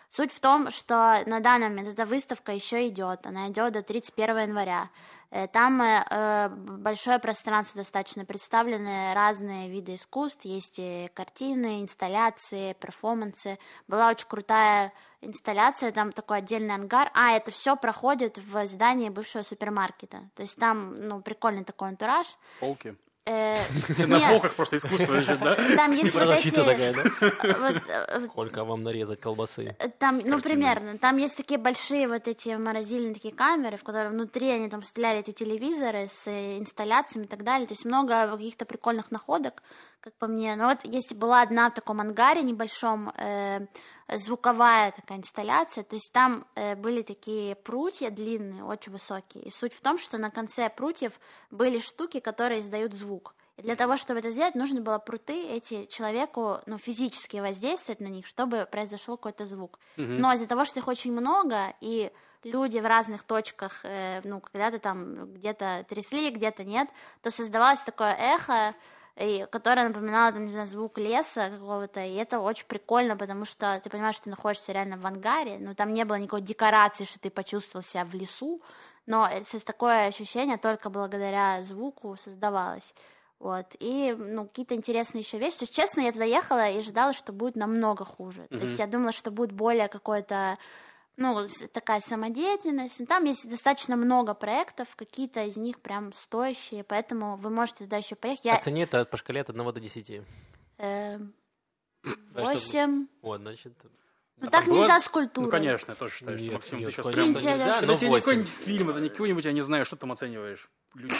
Суть в том, что на данный момент эта выставка еще идет, она идет до тридцать первого января. Там э, большое пространство достаточно, представлены разные виды искусств, есть и картины, инсталляции, перформансы. Была очень крутая инсталляция, там такой отдельный ангар. А, это все проходит в здании бывшего супермаркета. То есть там, ну, прикольный такой антураж. Полки. Э, На нет, полках просто искусство лежит, да? Там есть вот эти... Продавщица такая, да? вот, э, Сколько вам нарезать колбасы? Там, ну, Картины. примерно. Там есть такие большие вот эти морозильные такие камеры, в которые внутри они там вставляли эти телевизоры с э, инсталляциями и так далее. То есть много каких-то прикольных находок, как по мне. Но вот есть была одна в таком ангаре небольшом, э, звуковая такая инсталляция. То есть там э, были такие прутья длинные, очень высокие. И суть в том, что на конце прутьев были штуки, которые издают звук. И для того, чтобы это сделать, нужно было пруты эти человеку, ну, физически воздействовать на них, чтобы произошел какой-то звук. Мгм. Но из-за того, что их очень много, и люди в разных точках, э, ну, когда-то там где-то трясли, где-то нет, то создавалось такое эхо, и, которое напоминало, там, не знаю, звук леса какого-то, и это очень прикольно, потому что ты понимаешь, что ты находишься реально в ангаре, но там не было никакой декорации, что ты почувствовал себя в лесу, но это, такое ощущение только благодаря звуку создавалось. Вот, и, ну, какие-то интересные еще вещи. То есть, честно, я туда ехала и ожидала, что будет намного хуже. То есть, я думала, что будет более какой-то, ну, с- такая самодеятельность. Но там есть достаточно много проектов, какие-то из них прям стоящие, поэтому вы можете туда еще поехать. По Я цене это по шкале от одного до десяти. эм, чтобы- восемь. Вот, значит... Ну, А так там было- нельзя с культурой. Ну, конечно, я тоже считаю, что, Нет, Максим, нет, ты сейчас конечно, прям... Киньте, нельзя, Это но тебе не восемь. какой-нибудь фильм, это не какой-нибудь, я не знаю, что ты там оцениваешь. Люди.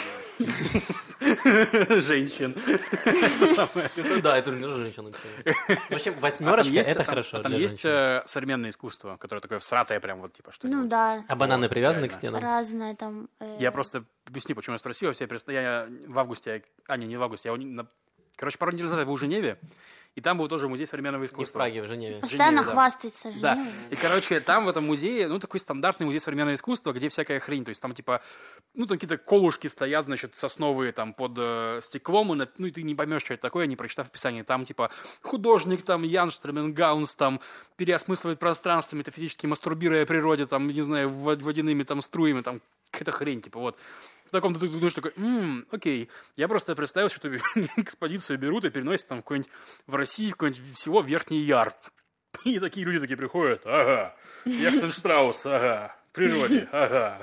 Женщин. Это самое. Ну да, это для женщин. В общем, А там восьмерочка есть- это там- хорошо а там для есть женщин. э, современное искусство, которое такое всратое прям вот типа что Ну да, А бананы Вот, привязаны к реально. стенам? разное там. э, Я просто объясню, почему я спросил. Я себе представ- я в августе, а не, не в августе, я у- на- короче, пару недель назад я был в Женеве, и там был тоже музей современного Не в искусства. Праге, в Женеве. Постоянно Женеве, да. хвастается Да. Женевой. И, короче, там в этом музее, ну, такой стандартный музей современного искусства, где всякая хрень. То есть там, типа, ну, там какие-то колушки стоят, значит, сосновые там под э, стеклом, и, на- ну, и ты не поймешь, что это такое, не прочитав описание. Там, типа, художник, там, Ян Штраменгаунс, там, переосмысливает пространство, метафизически мастурбируя природе, там, не знаю, вод- водяными, там, струями, там, какая-то хрень, типа, вот. В таком ты думаешь такой, «М, окей, я просто представил, что экспозицию берут и переносят там в какой-нибудь, в России, в какой-нибудь всего Верхний Яр. И такие люди такие приходят, ага, Яхтенштраус, ага, в природе, ага.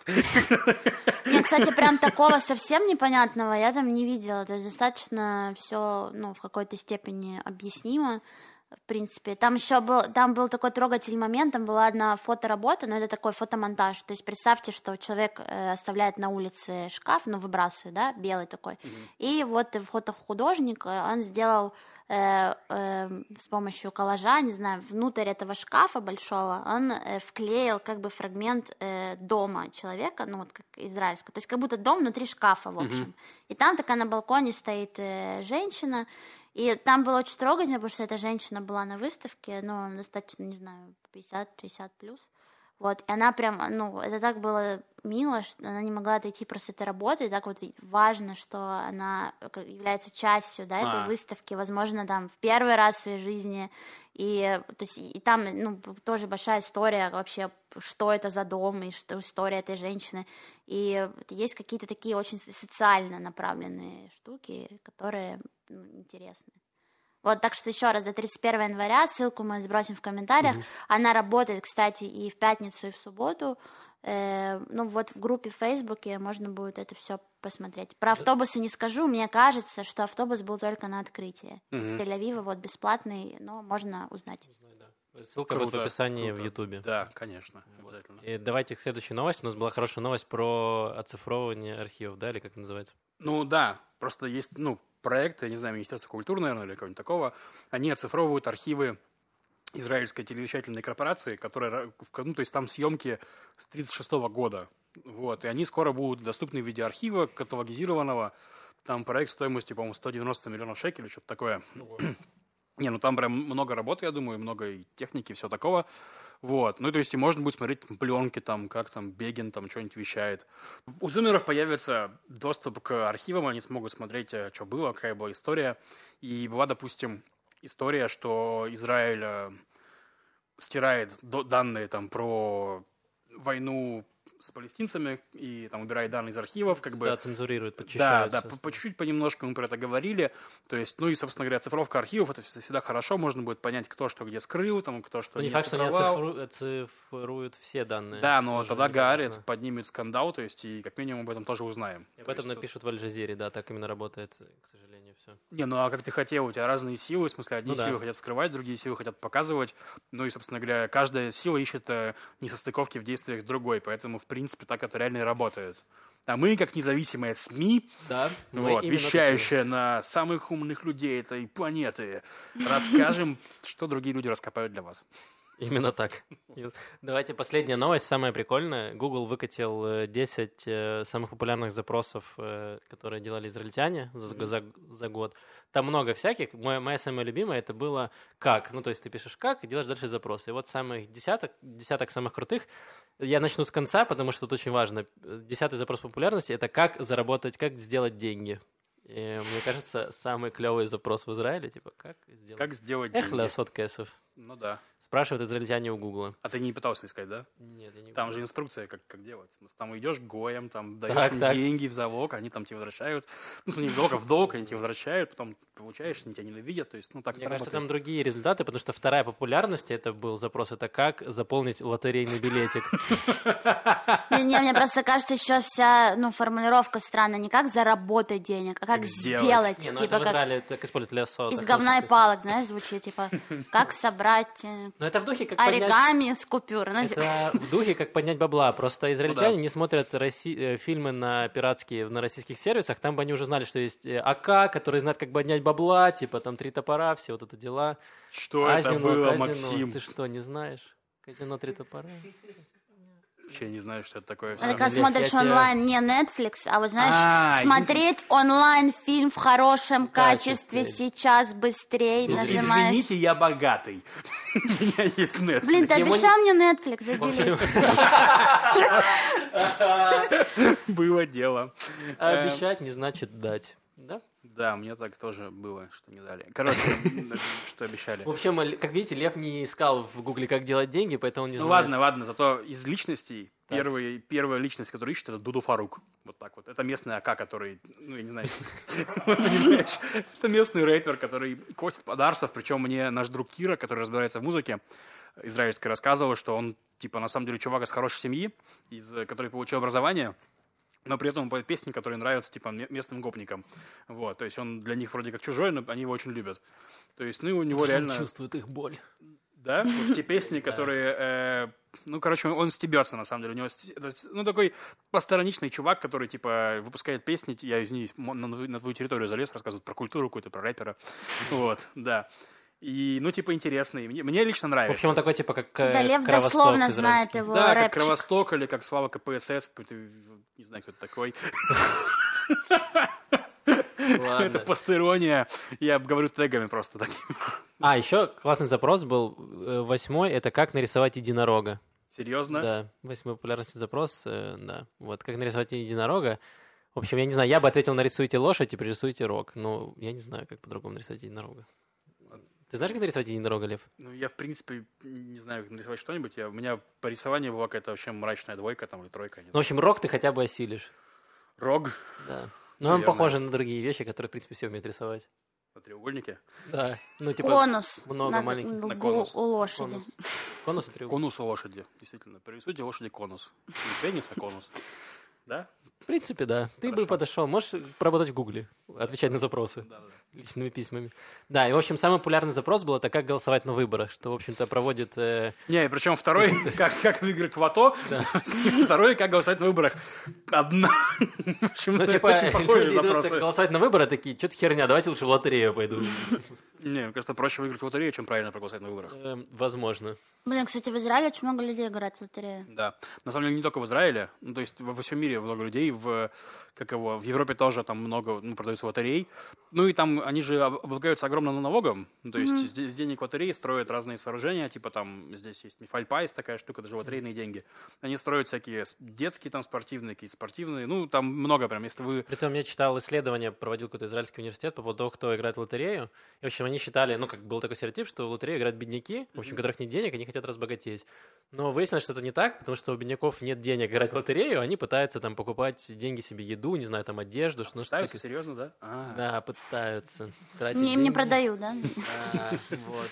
Нет, кстати, прям такого совсем непонятного я там не видела. То есть достаточно все, ну, в какой-то степени объяснимо. В принципе, там еще был, там был такой трогательный момент, там была одна фоторабота, но это такой фотомонтаж. То есть представьте, что человек э, оставляет на улице шкаф, ну, выбрасывает, да, белый такой. И вот фотохудожник, э, он сделал э, э, с помощью коллажа, не знаю, внутрь этого шкафа большого, он э, вклеил как бы фрагмент э, дома человека, ну, вот как израильского. То есть как будто дом внутри шкафа, в общем. И там такая на балконе стоит э, женщина, и там было очень трогательно, потому что эта женщина была на выставке, ну, она достаточно, не знаю, пятьдесят-шестьдесят плюс. Вот, и она прям, ну, это так было мило, что она не могла отойти просто от этой работы, и так вот важно, что она как является частью, да, этой А. выставки, возможно, там, в первый раз в своей жизни, и, то есть, и там, ну, тоже большая история вообще, что это за дом, и что история этой женщины, и есть какие-то такие очень социально направленные штуки, которые, ну, интересны. Вот, так что еще раз, до тридцать первого января, ссылку мы сбросим в комментариях. Она работает, кстати, и в пятницу, и в субботу. Э, ну, вот в группе в Фейсбуке можно будет это все посмотреть. Про автобусы не скажу, мне кажется, что автобус был только на открытии. Из Мгм. Тель-Авива, вот, бесплатный, но можно узнать. Ссылка будет в Круто, описании круто. в Ютубе. Да, конечно, обязательно. И давайте к следующей новости. У нас была хорошая новость про оцифровывание архивов, да, или как это называется? Ну да, просто есть, ну, проекты, я не знаю, Министерство культуры, наверное, или кого-нибудь такого, они оцифровывают архивы израильской телевещательной корпорации, которая, ра- в- ну, то есть там съемки с тридцать шестого года, вот, и они скоро будут доступны в виде архива каталогизированного, там проект стоимостью, по-моему, сто девяносто миллионов шекелей, что-то такое. Не, ну там прям много работы, я думаю, много и техники, все такого. Вот. Ну, то есть, и можно будет смотреть там пленки, там, как там Бегин там что-нибудь вещает. У зумеров появится доступ к архивам, они смогут смотреть, что было, какая была история. И была, допустим, история, что Израиль э, стирает данные там про войну с палестинцами и там убирает данные из архивов, как бы... Да, цензурирует, подчищает. Да, да, по, по чуть-чуть, понемножку мы про это говорили. То есть, ну и, собственно говоря, цифровка архивов, это всегда хорошо, можно будет понять, кто что где скрыл, там, кто что ну, не не факт, что они оцифровал. оцифруют все данные. Да, но тоже тогда Гаарец непонятно. поднимет скандал, то есть, и как минимум об этом тоже узнаем. Об То этом есть, напишут в Аль-Джазире, да, так именно работает, к сожалению, все. Не, ну а как ты хотел, у тебя разные силы, в смысле, одни Ну да. силы хотят скрывать, другие силы хотят показывать. Ну и, собственно говоря, каждая сила ищет э, несостыковки в действиях другой, поэтому, в принципе, так это реально и работает. А мы, как независимые СМИ, Да, вот, вещающие на самых умных людей этой планеты, расскажем, что другие люди раскопают для вас. Именно так. Давайте последняя новость, самая прикольная. Google выкатил э, десять э, самых популярных запросов, э, которые делали израильтяне за, Мгм. за, за год. Там много всяких. Моя, моя самая любимая это было «как». Ну, то есть ты пишешь «как» и делаешь дальше запросы. И вот самых десяток, десяток самых крутых. Я начну с конца, потому что тут очень важно. Десятый запрос популярности – это «как заработать, как сделать деньги». И, мне кажется, самый клевый запрос в Израиле, типа «как сделать Как сделать Эх, деньги? лясот кэсов». Ну да. Спрашивают израильтяне у Гугла. А ты не пытался искать, да? Нет, я не Там же инструкция, как, как делать. В смысле, там идешь гоем, там даешь Так, им так. деньги в залог, они там тебе возвращают. Ну, в смысле, не в залог, а в долг, они тебе возвращают, потом получаешь, они тебя ненавидят. То есть, ну, так Мне это кажется, там работает. другие результаты, потому что вторая популярность это был запрос, это как заполнить лотерейный билетик. Не, мне просто кажется, еще вся, ну, формулировка странная. Не как заработать денег, а как Как сделать. сделать. Не, ну Типа это в как Израиле так используют для сота. из говна и палок, знаешь, звучит. Типа как собрать э, Но это в духе, как поднять... оригами с купюр. Ну, типа, Это в духе, как поднять бабла. Просто израильтяне Ну да. не смотрят Росси- э, фильмы на пиратские, на российских сервисах. Там бы они уже знали, что есть э, АК, который знает, как поднять бабла, типа там три топора, все вот это дела. Что это Азино, было, казино. Максим? Ты что, не знаешь? Казино три топора. Вообще не знаю, что это такое. это всё. когда Лев, смотришь я тебя- онлайн не Netflix, а вот знаешь, А, смотреть онлайн фильм в хорошем Качестве. качестве сейчас быстрее Без- нажимаешь. Извините, я богатый. У меня есть Netflix. Блин, ты Его не- обещал мне Netflix заделить. Было дело. А Э, обещать не значит дать. Да? Да, мне так тоже было, что не дали. Короче, что обещали. В общем, л- как видите, Лев не искал в Гугле, как делать деньги, поэтому он не Ну знает. ладно, ладно, зато из личностей Так. первый, первая личность, которую ищет, это Дуду Фарук. Вот так вот. Это местный АК, который, ну, я не знаю, понимаешь, это местный рэпер, который косит подарсов, причем мне наш друг Кира, который разбирается в музыке, израильской, рассказывал, что он, типа, на самом деле, чувак из хорошей семьи, из, который получил образование, но при этом он поет песни, которые нравятся, типа, ме- местным гопникам. Вот, то есть он для них вроде как чужой, но они его очень любят. То есть, ну, и у него реально... Он чувствует их боль. Да, вот те песни, Не знаю. которые, э, ну, короче, он стебется, на самом деле, у него, сти- это, ну, такой постороничный чувак, который, типа, выпускает песни, я, извините, мо- на, твою- на твою территорию залез, рассказывает про культуру какую-то, про рэпера, вот, да, и, ну, типа, интересный, мне, мне лично В нравится. общем, он такой, типа, как э, Да, Лев Кровосток дословно знает израильский. его Да, как рэпчик. Кровосток или как Слава КПСС, ты не знаю, кто это такой. Ладно. Это постерония, я говорю тегами просто так. А, еще классный запрос был, э, восьмой, это как нарисовать единорога. Серьезно? Да, восьмой популярности запрос, э, да. Вот, как нарисовать единорога. В общем, я не знаю, я бы ответил, нарисуйте лошадь и пририсуйте рог. Ну, я не знаю, как по-другому нарисовать единорога. Ты знаешь, как нарисовать единорога, Лев? Ну, я, в принципе, не знаю, как нарисовать что-нибудь. Я, у меня по рисованию была какая-то вообще мрачная двойка там или тройка. Не Ну, в знаю. общем, рог ты хотя бы осилишь. Рог Да. Но он Наверное. похож на другие вещи, которые, в принципе, все умеют рисовать. на треугольнике. Да. Ну, типа, Конус. много на- маленьких. на На гу- конус. У лошади. конус. Конус и треугольник. Конус у лошади, действительно. Пририсуйте лошади конус. Не пенис, а конус. Да? В принципе, да. Ты бы Хорошо. подошел. Можешь поработать в Гугле, отвечать на запросы Да, да. личными письмами. Да, и, в общем, самый популярный запрос был, это как голосовать на выборах, что, в общем-то, проводит... э, Не, причем второй, как, как выиграть в АТО, второй, как голосовать на выборах. Одна. В общем, Ну, это типа, очень похожие люди идут запросы. голосовать на выборы, такие, что-то херня, давайте лучше в лотерею пойду. Не, мне кажется, проще выиграть в лотерею, чем правильно проголосовать на выборах. Эм, Возможно. Блин, кстати, в Израиле очень много людей играют в лотерею. Да. На самом деле, не только в Израиле, ну, то есть во во всем мире много людей, в, как его, в Европе тоже там много, ну, продаются лотерей, Ну и там они же об- облагаются огромным налогом. То есть Мгм. здесь с денег лотереи строят разные сооружения, типа там здесь есть Нефальпайс, такая штука, даже лотерейные деньги. Они строят всякие с- детские там спортивные, какие-то спортивные. Ну, там много прям, если вы... Притом я читал исследование, проводил какой-то израильский университет по поводу того, кто играет в лотерею. И, в общем, они считали, ну, как был такой стереотип, что в лотерею играют бедняки, в общем, у которых нет денег, они хотят разбогатеть. Но выяснилось, что это не так, потому что у бедняков нет денег играть в лотерею, они пытаются там покупать деньги себе, еду, не знаю, там одежду, что, ну, что Пытаются, такое. серьезно, да? А. Да, пытаются тратить Не, им не деньги. продают, да? А, вот.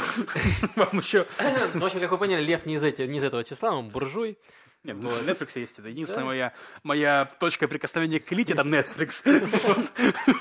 Вам еще... В общем, как вы поняли, Лев не из, эти- не из этого числа, он буржуй. Нет, ну, на Netflix есть это. Единственная моя, моя точка прикосновения к элите — это Netflix. Вот.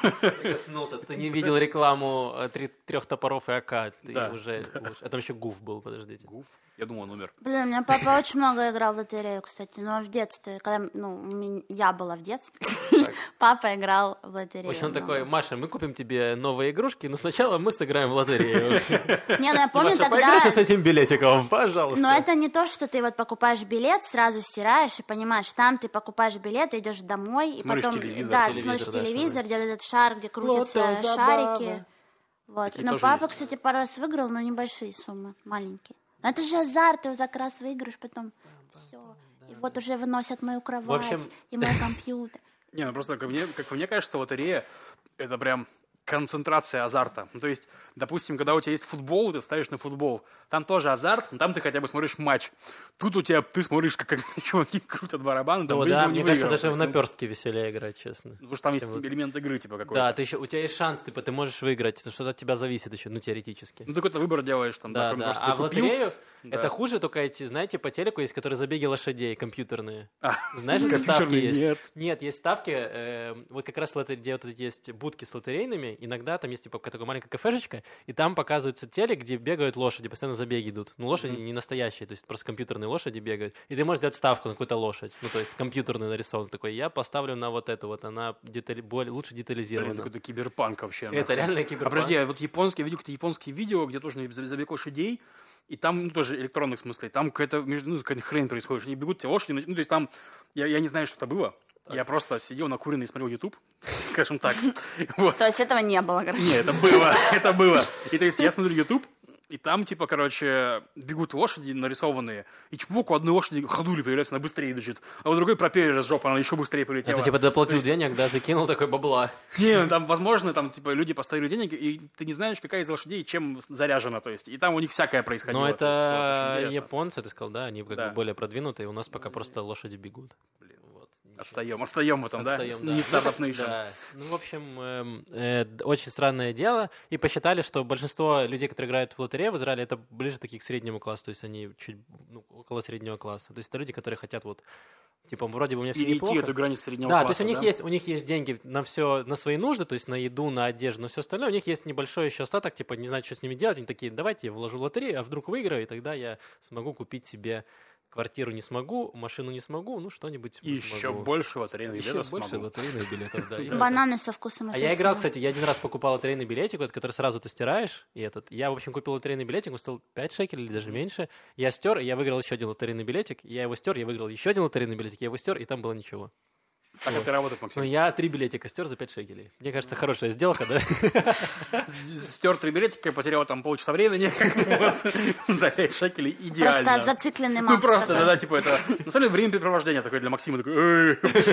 Я коснулся. Ты не видел рекламу э, три- трех топоров и АК. Ты Да, уже лучше. А там еще Гуф был, подождите. Гуф? Я думал, он умер. Блин, у меня папа очень много играл в лотерею, кстати. Но в детстве, когда ну, у меня- я была в детстве, папа играл в В лотерею. общем, он много. такой: Маша, мы купим тебе новые игрушки, но сначала мы сыграем в лотерею. Не, ну я помню Маша, тогда... поиграйся с этим билетиком, пожалуйста. Но это не то, что ты вот покупаешь билет, сразу стираешь и понимаешь, там ты покупаешь билет, идешь домой, и Смотришь потом телевизор, да, ты телевизор, смотришь да, телевизор, где этот шар, где крутятся Лото, забава. шарики. Вот. Такие Но тоже папа, есть. кстати, пару раз выиграл, но небольшие суммы, маленькие. Но это же азарт, ты вот так раз выиграешь, потом все. И вот уже выносят мою кровать общем- и мой компьютер. Не, ну просто, как мне, как мне кажется, лотерея — это прям концентрация азарта. Ну, то есть, допустим, когда у тебя есть футбол, ты ставишь на футбол, там тоже азарт, но там ты хотя бы смотришь матч. Тут у тебя, ты смотришь, как, как чуваки крутят барабаны, там Ну выиграл, да, не мне кажется, выиграл. даже То в есть, ну, наперстке веселее играть, честно. потому что там есть чем вот- элемент игры, типа, какой-то. Да, ты еще, у тебя есть шанс, типа, ты можешь выиграть, что от тебя зависит еще, ну, теоретически. Ну, ты какой-то выбор делаешь там, да, Да, кроме да. того, что А ты в купил. лотерею Да. это хуже, только эти, знаете, по телеку есть, которые забеги лошадей компьютерные. А, Знаешь, эти ставки компьютерные есть? нет. Нет, есть ставки, э, вот как раз лото- где вот эти есть будки с лотерейными, иногда там есть типа такая маленькая кафешечка, и там показывается телек, где бегают лошади, постоянно забеги идут. Ну, лошади Мгм. не настоящие, то есть просто компьютерные лошади бегают. И ты можешь сделать ставку на какую-то лошадь, ну, то есть компьютерный нарисован такой. Я поставлю на вот эту вот, она детали- более, лучше Блин, детализирована. какой-то киберпанк вообще. Это нахуй. реально А киберпанк. подожди, я вот японский, я видел какие-то японские видео, где тоже заб- забег лошадей, и там, ну, тоже электронных в смысле, там какая-то, между- ну, какая-то хрень происходит, они бегут, те лошади, нач- ну, то есть там, я, я не знаю, что это было, я просто сидел накуренный и смотрел YouTube, скажем так, вот. То есть этого не было, короче. Не, это было, это было. И то есть я смотрю YouTube, и там, типа, короче, бегут лошади нарисованные, и чпок у одной лошади ходули появляется, она быстрее бежит, а у другой пропеллер из жопы, она еще быстрее полетела. Это типа доплатил То есть- денег, да, закинул такой бабла. Не, ну, там, возможно, там, типа, люди поставили денег, и ты не знаешь, какая из лошадей чем заряжена, то есть, и там у них всякое происходило. Но то есть, вот, очень это интересно. японцы, ты сказал, да, они как Да. бы более продвинутые, у нас пока просто лошади бегут. Блин. Вот. Отстаем, отстаем в этом, да? Отстаем, да. Не стартап нейшн. Да. Ну, в общем, эм, э, д- очень странное дело. И посчитали, что большинство людей, которые играют в лотерею в Израиле, это ближе такие к среднему классу, то есть они чуть ну, около среднего класса. То есть это люди, которые хотят вот, типа, вроде бы у меня все Перейти неплохо. эту границу среднего Да, класса, то есть у них да? есть у них есть деньги на все, на свои нужды, то есть на еду, на одежду, на все остальное. У них есть небольшой еще остаток, типа не знают, что с ними делать. Они такие: давайте я вложу в лотерею, а вдруг выиграю, и тогда я смогу купить себе квартиру, не смогу, машину не смогу, ну что-нибудь И смогу. еще больше лотерейных Еще билетов больше смогу. лотерейных билетов, да. именно так. Бананы со вкусом А я играл, апельсина. кстати, я один раз покупал лотерейный билетик, вот, который сразу ты стираешь, и этот. Я, в общем, купил лотерейный билетик, он стоил пять шекелей или даже меньше. Я стер, и я выиграл еще один лотерейный билетик, я его стер, я выиграл еще один лотерейный билетик, я его стер, и там было ничего. Так это работает, Ну, Максим. я три билетика стер за пять шекелей. Мне кажется, хорошая сделка, да? Стер три билетика, потерял там полчаса времени, вот, за пять шекелей идеально. Просто зацикленный Ну Макс просто, такой. да, да, типа это, на самом деле, времяпрепровождение такое для Максима, такой, «Эй,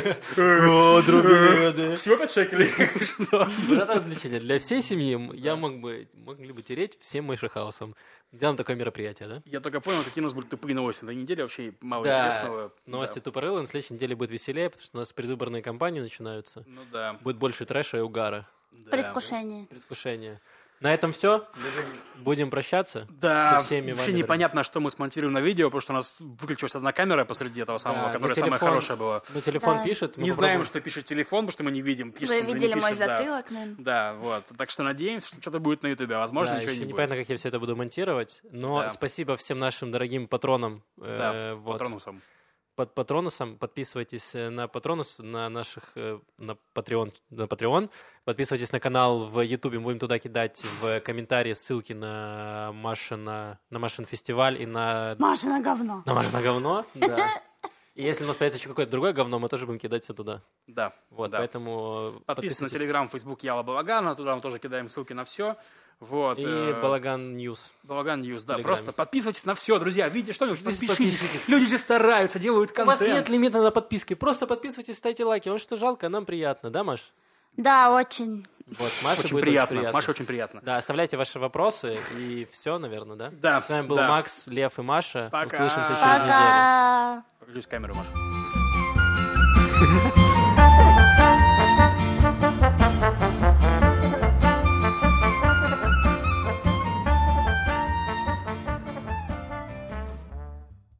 эй, всего пять шекелей. Что? Вот это развлечение. Для всей семьи м- я мог бы, могли бы тереть всем Мэйшихаусом. Делаем такое мероприятие, да? Я только понял, какие у нас будут тупые новости на неделе, вообще мало Да, интересного. новости Да. тупорылые, на следующей неделе будет веселее, потому что у нас предвыборные кампании начинаются. Ну да. Будет больше трэша и угара. да. Предвкушение. Предвкушение. На этом все. Будем прощаться. Да, со всеми вообще вами, непонятно, что мы смонтируем на видео, потому что у нас выключилась одна камера посреди этого самого, Да, которая ну, самая телефон- хорошая была. Ну, телефон Да. пишет. мы Не знаем, попробуем. что пишет телефон, потому что мы не видим. Пишет, Вы он же не видели мой пишет, да. затылок, наверное? Да, вот. Так что надеемся, что что-то будет на Ютубе. Возможно, Да, ничего еще не будет. непонятно, как я все это буду монтировать. Но Да. спасибо всем нашим дорогим патронам. э, Да, вот. патронусом. Под патронусом. Подписывайтесь э, на патронус, на наших, э, на Patreon, на Patreon. Подписывайтесь на канал в Ютубе. Мы будем туда кидать в комментарии ссылки на Машин, на, на Машин фестиваль и на, Маша на говно. на Машин говно. Да. И если у нас появится еще какое-то другое говно, мы тоже будем кидать все туда. Да. Вот, да. поэтому... Подписывайтесь на Телеграм, Фейсбук Яла Балагана, туда мы тоже кидаем ссылки на все. Вот. И э... Балаган Ньюс. Балаган Ньюс, да. Просто подписывайтесь на все, друзья. Видите что-нибудь, подпишитесь. подписывайтесь. Люди же стараются, делают контент. У вас нет лимита на подписки. Просто подписывайтесь, ставьте лайки. Вам что жалко, нам приятно, да, Маш? Да, очень. Вот, Маша Очень будет приятно. очень приятно. Маша очень приятно. Да, оставляйте ваши вопросы, и все, наверное, да? Да. С вами был да. Макс, Лев и Маша. Пока. Услышимся через неделю. Пока. Покажись в камеру, Маша.